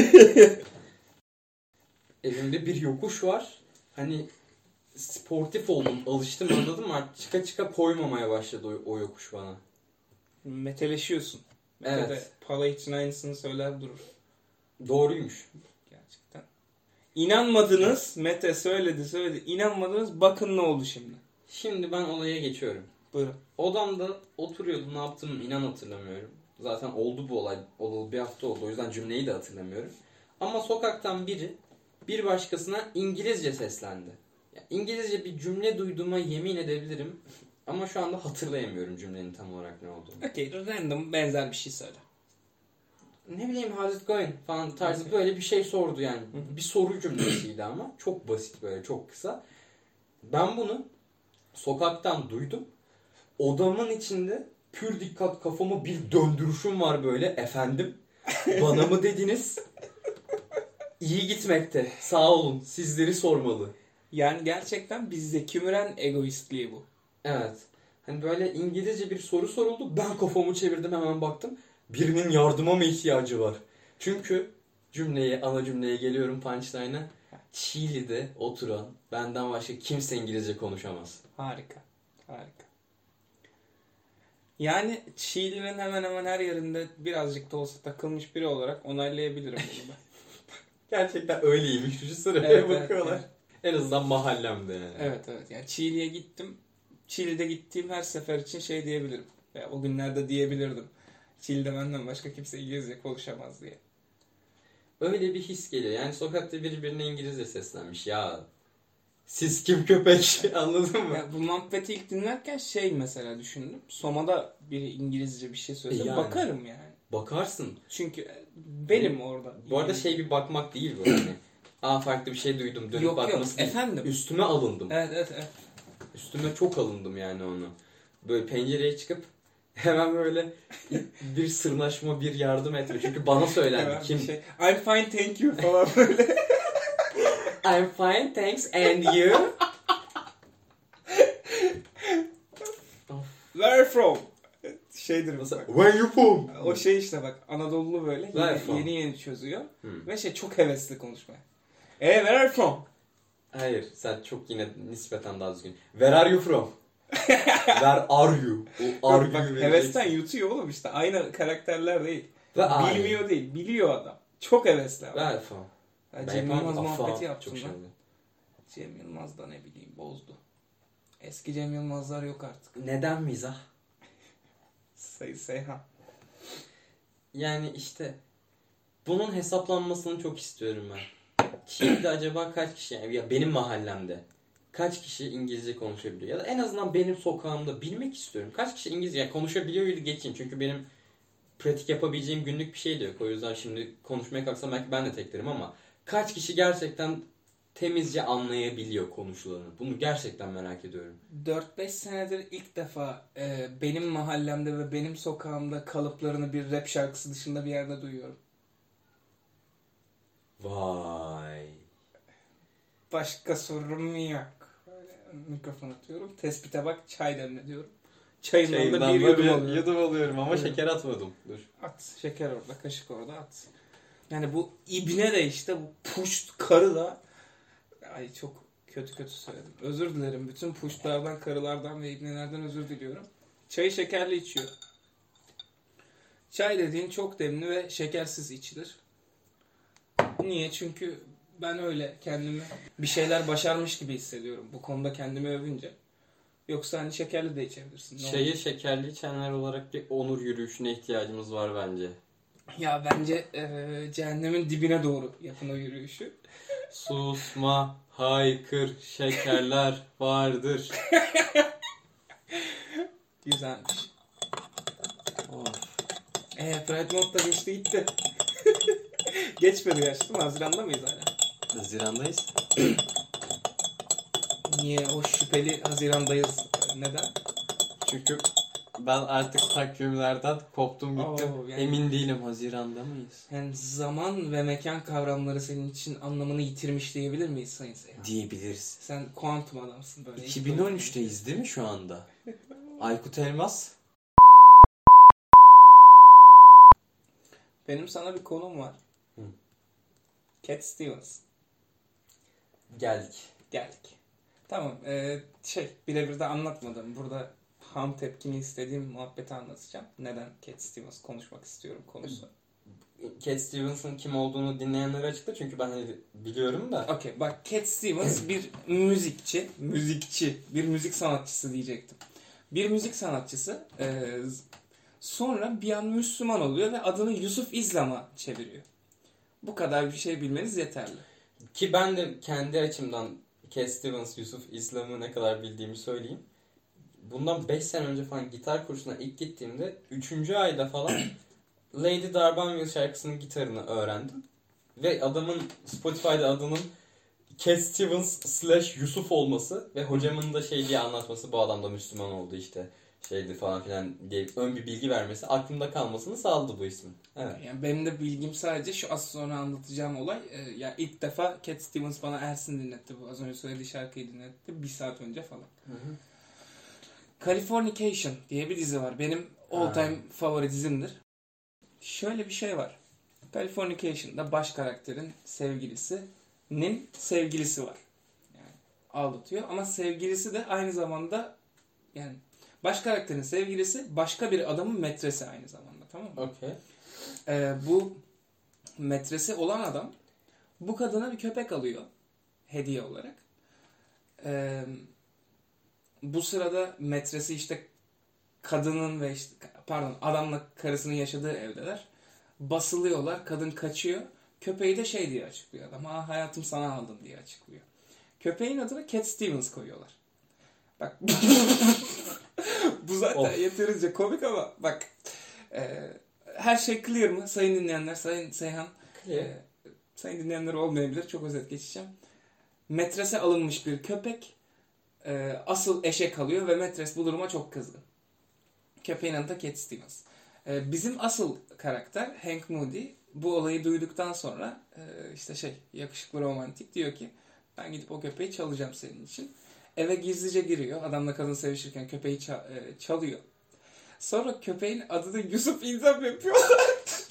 Elimde bir yokuş var. Hani sportif oldum, alıştım anladın mı? Artık çıka çıka koymamaya başladı o yokuş bana. Meteleşiyorsun. Mete Evet. de pala için aynısını söyler durur. Doğruymuş. Gerçekten. İnanmadınız. Mete söyledi. İnanmadınız. Bakın ne oldu şimdi. Şimdi ben olaya geçiyorum. Buyurun. Odamda oturuyordum, ne yaptım inan hatırlamıyorum. Zaten oldu bu olay. Olalı bir hafta oldu. O yüzden cümleyi de hatırlamıyorum. Ama sokaktan biri bir başkasına İngilizce seslendi. Ya, İngilizce bir cümle duyduğuma yemin edebilirim. Ama şu anda hatırlayamıyorum cümlenin tam olarak ne olduğunu. Okey, random benzer bir şey söyle. Ne bileyim how's it going falan tarzı böyle bir şey sordu yani. Bir soru cümlesiydi ama. Çok basit böyle, çok kısa. Ben bunu sokaktan duydum. Odamın içinde pür dikkat kafamı bir döndürüşüm var böyle. Efendim, bana mı dediniz? İyi gitmekte. Sağ olun. Sizleri sormalı. Yani gerçekten bir Zeki Müren egoistliği bu. Evet. Hani böyle İngilizce bir soru soruldu. Ben kafamı çevirdim, hemen baktım. Birinin yardıma mı ihtiyacı var? Çünkü ana cümleye geliyorum, punchline'a. Çiğli'de oturan benden başka kimse İngilizce konuşamaz. Harika. Harika. Yani Çiğli'nin hemen hemen her yerinde birazcık da olsa takılmış biri olarak onaylayabilirim bunu ben. Gerçekten öyleymiş. Şu sıraya Evet, bakıyorlar. evet. En azından mahallemde yani. Evet. Yani Çiğli'ye gittim. Çiğli'de gittiğim her sefer için şey diyebilirim. Ya, o günlerde diyebilirdim. Çiğli'de benden başka kimse İngilizce konuşamaz diye. Öyle bir his geliyor. Yani sokakta biri birine İngilizce seslenmiş. Ya siz kim köpek? Anladın mı? Ya, bu muhabbeti ilk dinlerken şey mesela düşündüm. Soma'da biri İngilizce bir şey söylese Yani. bakarım yani. Bakarsın. Çünkü benim orada. Bu arada şey bir bakmak değil bu hani. Farklı bir şey duydum. Dönüp Yok bakması değil. efendim. Üstüme alındım. Evet. Üstüme çok alındım yani onu. Böyle pencereye çıkıp hemen böyle bir sırnaşma, bir yardım etme. Çünkü bana söylendi. Evet, Kim? şey, I'm fine thank you falan böyle. I'm fine thanks and you? Where from? Şeydir Mesela, bak. where you from? O şey işte bak, Anadolu böyle Where from? yeni çözüyor. Hmm. Ve çok hevesli konuşmaya. Where are you from? Hayır, sen çok yine nispeten daha düzgün. Where are you from? Where are you? O are Yok, bak, you hevesten yutuyor oğlum işte. Aynı karakterler değil. Bilmiyor değil. Biliyor adam. Çok hevesli abi. Where from? Ya, Cem Yılmaz muhabbeti yaptım çok ben. şeydi. Cem Yılmaz da ne bileyim bozdu. Eski Cem Yılmazlar yok artık. Neden mizah? Seyhan. Yani işte bunun hesaplanmasını çok istiyorum ben. Çin'de acaba kaç kişi, yani ya benim mahallemde kaç kişi İngilizce konuşabiliyor? Ya da en azından benim sokağımda bilmek istiyorum. Kaç kişi İngilizce konuşabiliyor geçeyim. Çünkü benim pratik yapabileceğim günlük bir şey de yok. O yüzden şimdi konuşmaya kalksam belki ben de teklerim ama kaç kişi gerçekten temizce anlayabiliyor konuşulanı? Bunu gerçekten merak ediyorum. 4-5 senedir ilk defa benim mahallemde ve benim sokağımda kalıplarını bir rap şarkısı dışında bir yerde duyuyorum. Vay. Başka sorum yok. Böyle mikrofon atıyorum. Tespite bak, çay demle diyorum. Çayından da bir yudum alıyorum. Yudum alıyorum ama Evet. şeker atmadım. Dur. At. Şeker orada, kaşık orada at. Yani bu ibne de işte bu puşt karı da, ay çok kötü söyledim. Özür dilerim. Bütün puştlardan, karılardan ve ibnelerden özür diliyorum. Çayı şekerli içiyor. Çay dediğin çok demli ve şekersiz içilir. Niye? Çünkü ben öyle kendimi bir şeyler başarmış gibi hissediyorum. Bu konuda kendimi övünce. Yoksa hani şekerli de içebilirsin. Ne Çayı olur? şekerli içenler olarak bir onur yürüyüşüne ihtiyacımız var bence. Ya bence cehennemin dibine doğru yapın o yürüyüşü. Susma, haykır, şekerler vardır. Güzelmiş. Of. Pride Month da geçti gitti. Geçmedi gerçi değil mi? Haziran'da mıyız hala? Haziran'dayız. Niye o şüpheli Haziran'dayız? Neden? Çünkü ben artık takvimlerden koptum gittim. Yani- Emin değilim, Haziran'da mıyız? Yani zaman ve mekan kavramları senin için anlamını yitirmiş diyebilir miyiz Sayın Seyhan? Diyebiliriz. Sen kuantum adamsın böyle. 2013'teyiz değil mi şu anda? Aykut Elmas. Benim sana bir konum var. Hı. Cat Stevens. Geldik. Geldik. Tamam. Birebir de anlatmadım. Burada ham tepkini istediğim muhabbeti anlatacağım. Neden Cat Stevens konuşmak istiyorum konusu. Cat Stevens'ın kim olduğunu dinleyenlere açıkla çünkü ben hani biliyorum da. Okey, bak, Cat Stevens bir müzikçi, bir müzik sanatçısı diyecektim. Bir müzik sanatçısı sonra bir an Müslüman oluyor ve adını Yusuf İslam'a çeviriyor. Bu kadar bir şey bilmeniz yeterli. Ki ben de kendi açımdan Cat Stevens, Yusuf İslam'ı ne kadar bildiğimi söyleyeyim. Bundan 5 sene önce falan gitar kursuna ilk gittiğimde 3. ayda falan Lady Darbanville şarkısının gitarını öğrendim. Ve adamın Spotify'da adının Cat Stevens / Yusuf olması ve hocamın da şey diye anlatması, bu adam da Müslüman oldu işte şeydi falan filan diye ön bir bilgi vermesi aklımda kalmasını sağladı bu ismin. Evet. Yani benim de bilgim sadece şu, az sonra anlatacağım olay. Yani ilk defa Cat Stevens bana Ersin dinletti. Bu az önce söylediği şarkıyı dinletti. 1 saat önce falan. Hı hı. Californication diye bir dizi var. Benim all time favori dizimdir. Şöyle bir şey var. Californication'da baş karakterin sevgilisinin sevgilisi var. Yani aldatıyor ama sevgilisi de aynı zamanda, yani baş karakterin sevgilisi başka bir adamın metresi aynı zamanda, tamam mı? Okay. Bu metresi olan adam bu kadına bir köpek alıyor hediye olarak. Bu sırada metresi işte kadının ve işte adamla karısının yaşadığı evdeler. Basılıyorlar, kadın kaçıyor. Köpeği de şey diye açıklıyor adam. Hayatım sana aldım diye açıklıyor. Köpeğin adına Cat Stevens koyuyorlar. Bak bu zaten yeterince komik ama bak her şey clear mı? Sayın dinleyenler, Sayın Seyhan. Sayın dinleyenler olmayabilir. Çok özet geçeceğim. Metrese alınmış bir köpek asıl eşe kalıyor ve metres bu duruma çok kızgın. Köpeğin adı da Cat Stevens. Bizim asıl karakter Hank Moody bu olayı duyduktan sonra işte yakışıklı romantik diyor ki ben gidip o köpeği çalacağım senin için. Eve gizlice giriyor. Adamla kadın sevişirken köpeği çalıyor. Sonra köpeğin adını Yusuf İlzam yapıyorlar.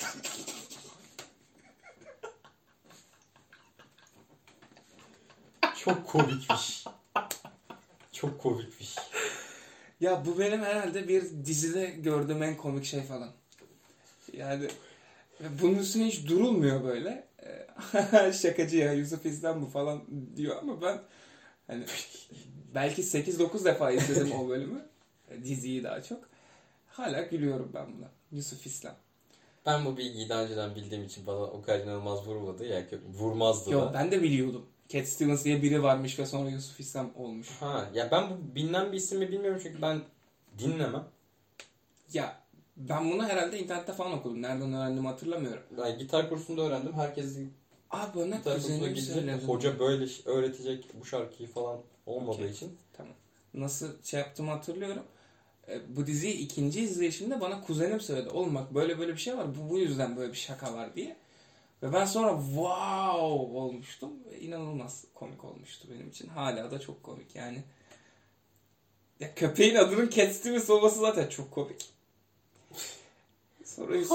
Çok komikmiş. Çok komikmiş. Ya bu benim herhalde bir dizide gördüğüm en komik şey falan. Yani bunun üstüne hiç durulmuyor böyle. Şakacı ya, Yusuf İslam bu falan diyor ama ben hani belki 8-9 defa izledim o bölümü. Diziyi daha çok. Hala gülüyorum ben buna. Yusuf İslam. Ben bu bilgiyi daha önceden bildiğim için bana o kadar inanılmaz vurmadı. Yani vurmazdı Yok, da. ben de biliyordum. Cat Stevens diye biri varmış ve sonra Yusuf İslam olmuş. Ya ben bu bilinen bir isim mi bilmiyorum çünkü ben dinlemem. Ya ben bunu herhalde internette falan okudum. Nereden öğrendiğimi hatırlamıyorum. Yani gitar kursunda öğrendim. Herkes Abi bana gitar kursuna kuzenim gidecek. söyledi. Hoca böyle öğretecek bu şarkıyı falan olmadığı için. Tamam. Nasıl yaptığımı hatırlıyorum. Bu diziyi ikinci izleyişimde bana kuzenim söyledi. Oğlum bak böyle bir şey var. Bu yüzden böyle bir şaka var diye. Ve ben sonra wow olmuştum. Ve inanılmaz komik olmuştu benim için. Hala da çok komik yani. Ya köpeğin adının Cat Stevens olması zaten çok komik. Sonra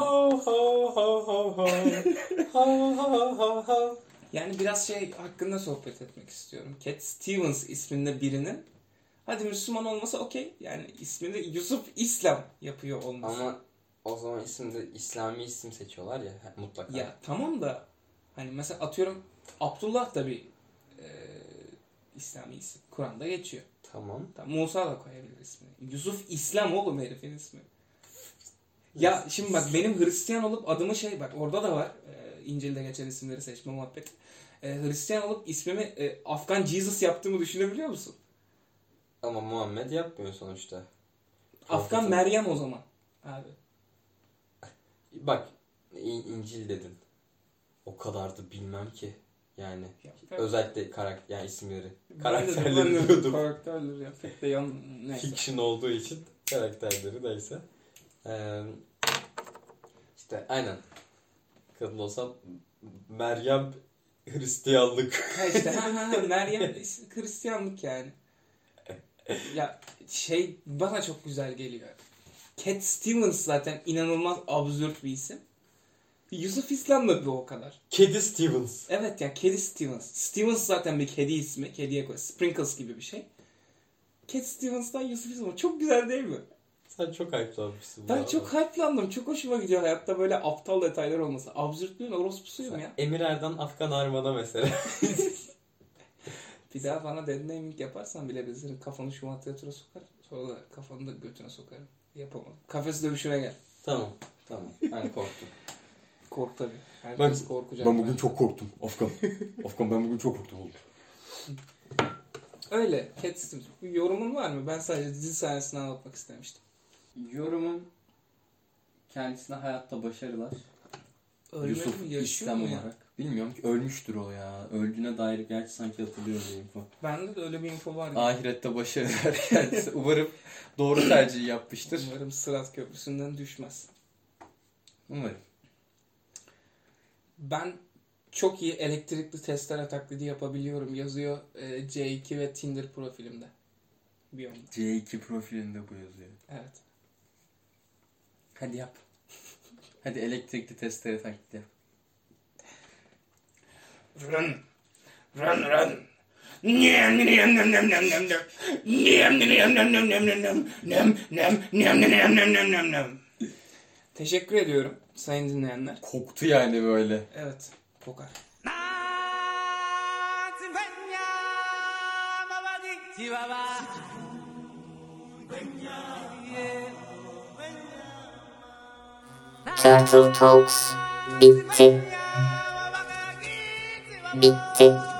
yani biraz hakkında sohbet etmek istiyorum. Cat Stevens isminde birinin, hadi Müslüman olmasa okey. Yani ismini Yusuf İslam yapıyor olması. Ama o zaman isimde İslami isim seçiyorlar ya mutlaka. Ya tamam da hani mesela atıyorum Abdullah da bir İslami isim. Kur'an'da geçiyor. Tamam. Musa da koyabilir ismini. Yusuf İslam oğlum herifin ismi. Ya şimdi bak benim Hristiyan olup adımı bak orada da var. İncil'de geçen isimleri seçme muhabbeti. Hristiyan olup ismimi Afgan Jesus yaptığımı düşünebiliyor musun? Ama Muhammed yapmıyor sonuçta. Afgan Meryem o zaman. Abi. Bak İncil dedin. O kadar da bilmem ki. Yani özellikle yani isimleri. Karakterleri biliyordum. Karakterleri ya. Pek de neyse. Fiction olduğu için karakterleri neyse. İşte aynen. Kadın olsam Meryem Hristiyanlık. Ha işte Meryem Hristiyanlık yani. Ya bana çok güzel geliyor. Cat Stevens zaten inanılmaz absürt bir isim. Yusuf İslam da bir o kadar. Kedi Stevens. Evet ya, kedi Stevens. Stevens zaten bir kedi ismi. Kediye koy. Sprinkles gibi bir şey. Cat Stevens'tan Yusuf İslam. Çok güzel değil mi? Sen çok hype'lanmışsın. Ben çok hype'landım. Çok hoşuma gidiyor hayatta böyle aptal detaylar olması. Absürtlüğün orospusuyum ya. Emir Erdan Afgan Armada mesela. Bir daha bana dead naming yaparsan bile senin kafanı şu matematikaya sokar. Sonra da kafanı da götüne sokarım. Yapamam. Kafes dövüşüne gel. Tamam. Ben korktum. Kork tabii. Ben, Herkes korkacak. ben bugün çok korktum. Afgan. Afgan ben bugün çok korktum oğlum. Öyle. Cat Stevens. Bir yorumun var mı? Ben sadece dizi sahnesini anlatmak istemiştim. Yorumum kendisine hayatta başarılar. Ölmedi Yusuf mi? Yaşıyor İslam mu ya? olarak. Bilmiyorum ki ölmüştür o ya. Öldüğüne dair gerçi sanki hatırlıyorum bu info. Bende de öyle bir info var. Ahirette başarılar kendisi. Umarım doğru tercihi yapmıştır. Umarım Sırat Köprüsü'nden düşmez. Umarım. Ben çok iyi elektrikli testere taklidi yapabiliyorum yazıyor C2 ve Tinder profilimde. Biyomda. C2 profilinde bu yazıyor. Evet. Hadi yap. Hadi elektrikli testere taklit yap. Run. Run run. Nem nem nem nem nem nem nem. Nem nem nem nem nem nem nem. Nem nem nem nem nem nem nem nem. Teşekkür ediyorum sayın dinleyenler. Koktu yani böyle. Evet. Kokar. Turtle Talks bitti. Bitti.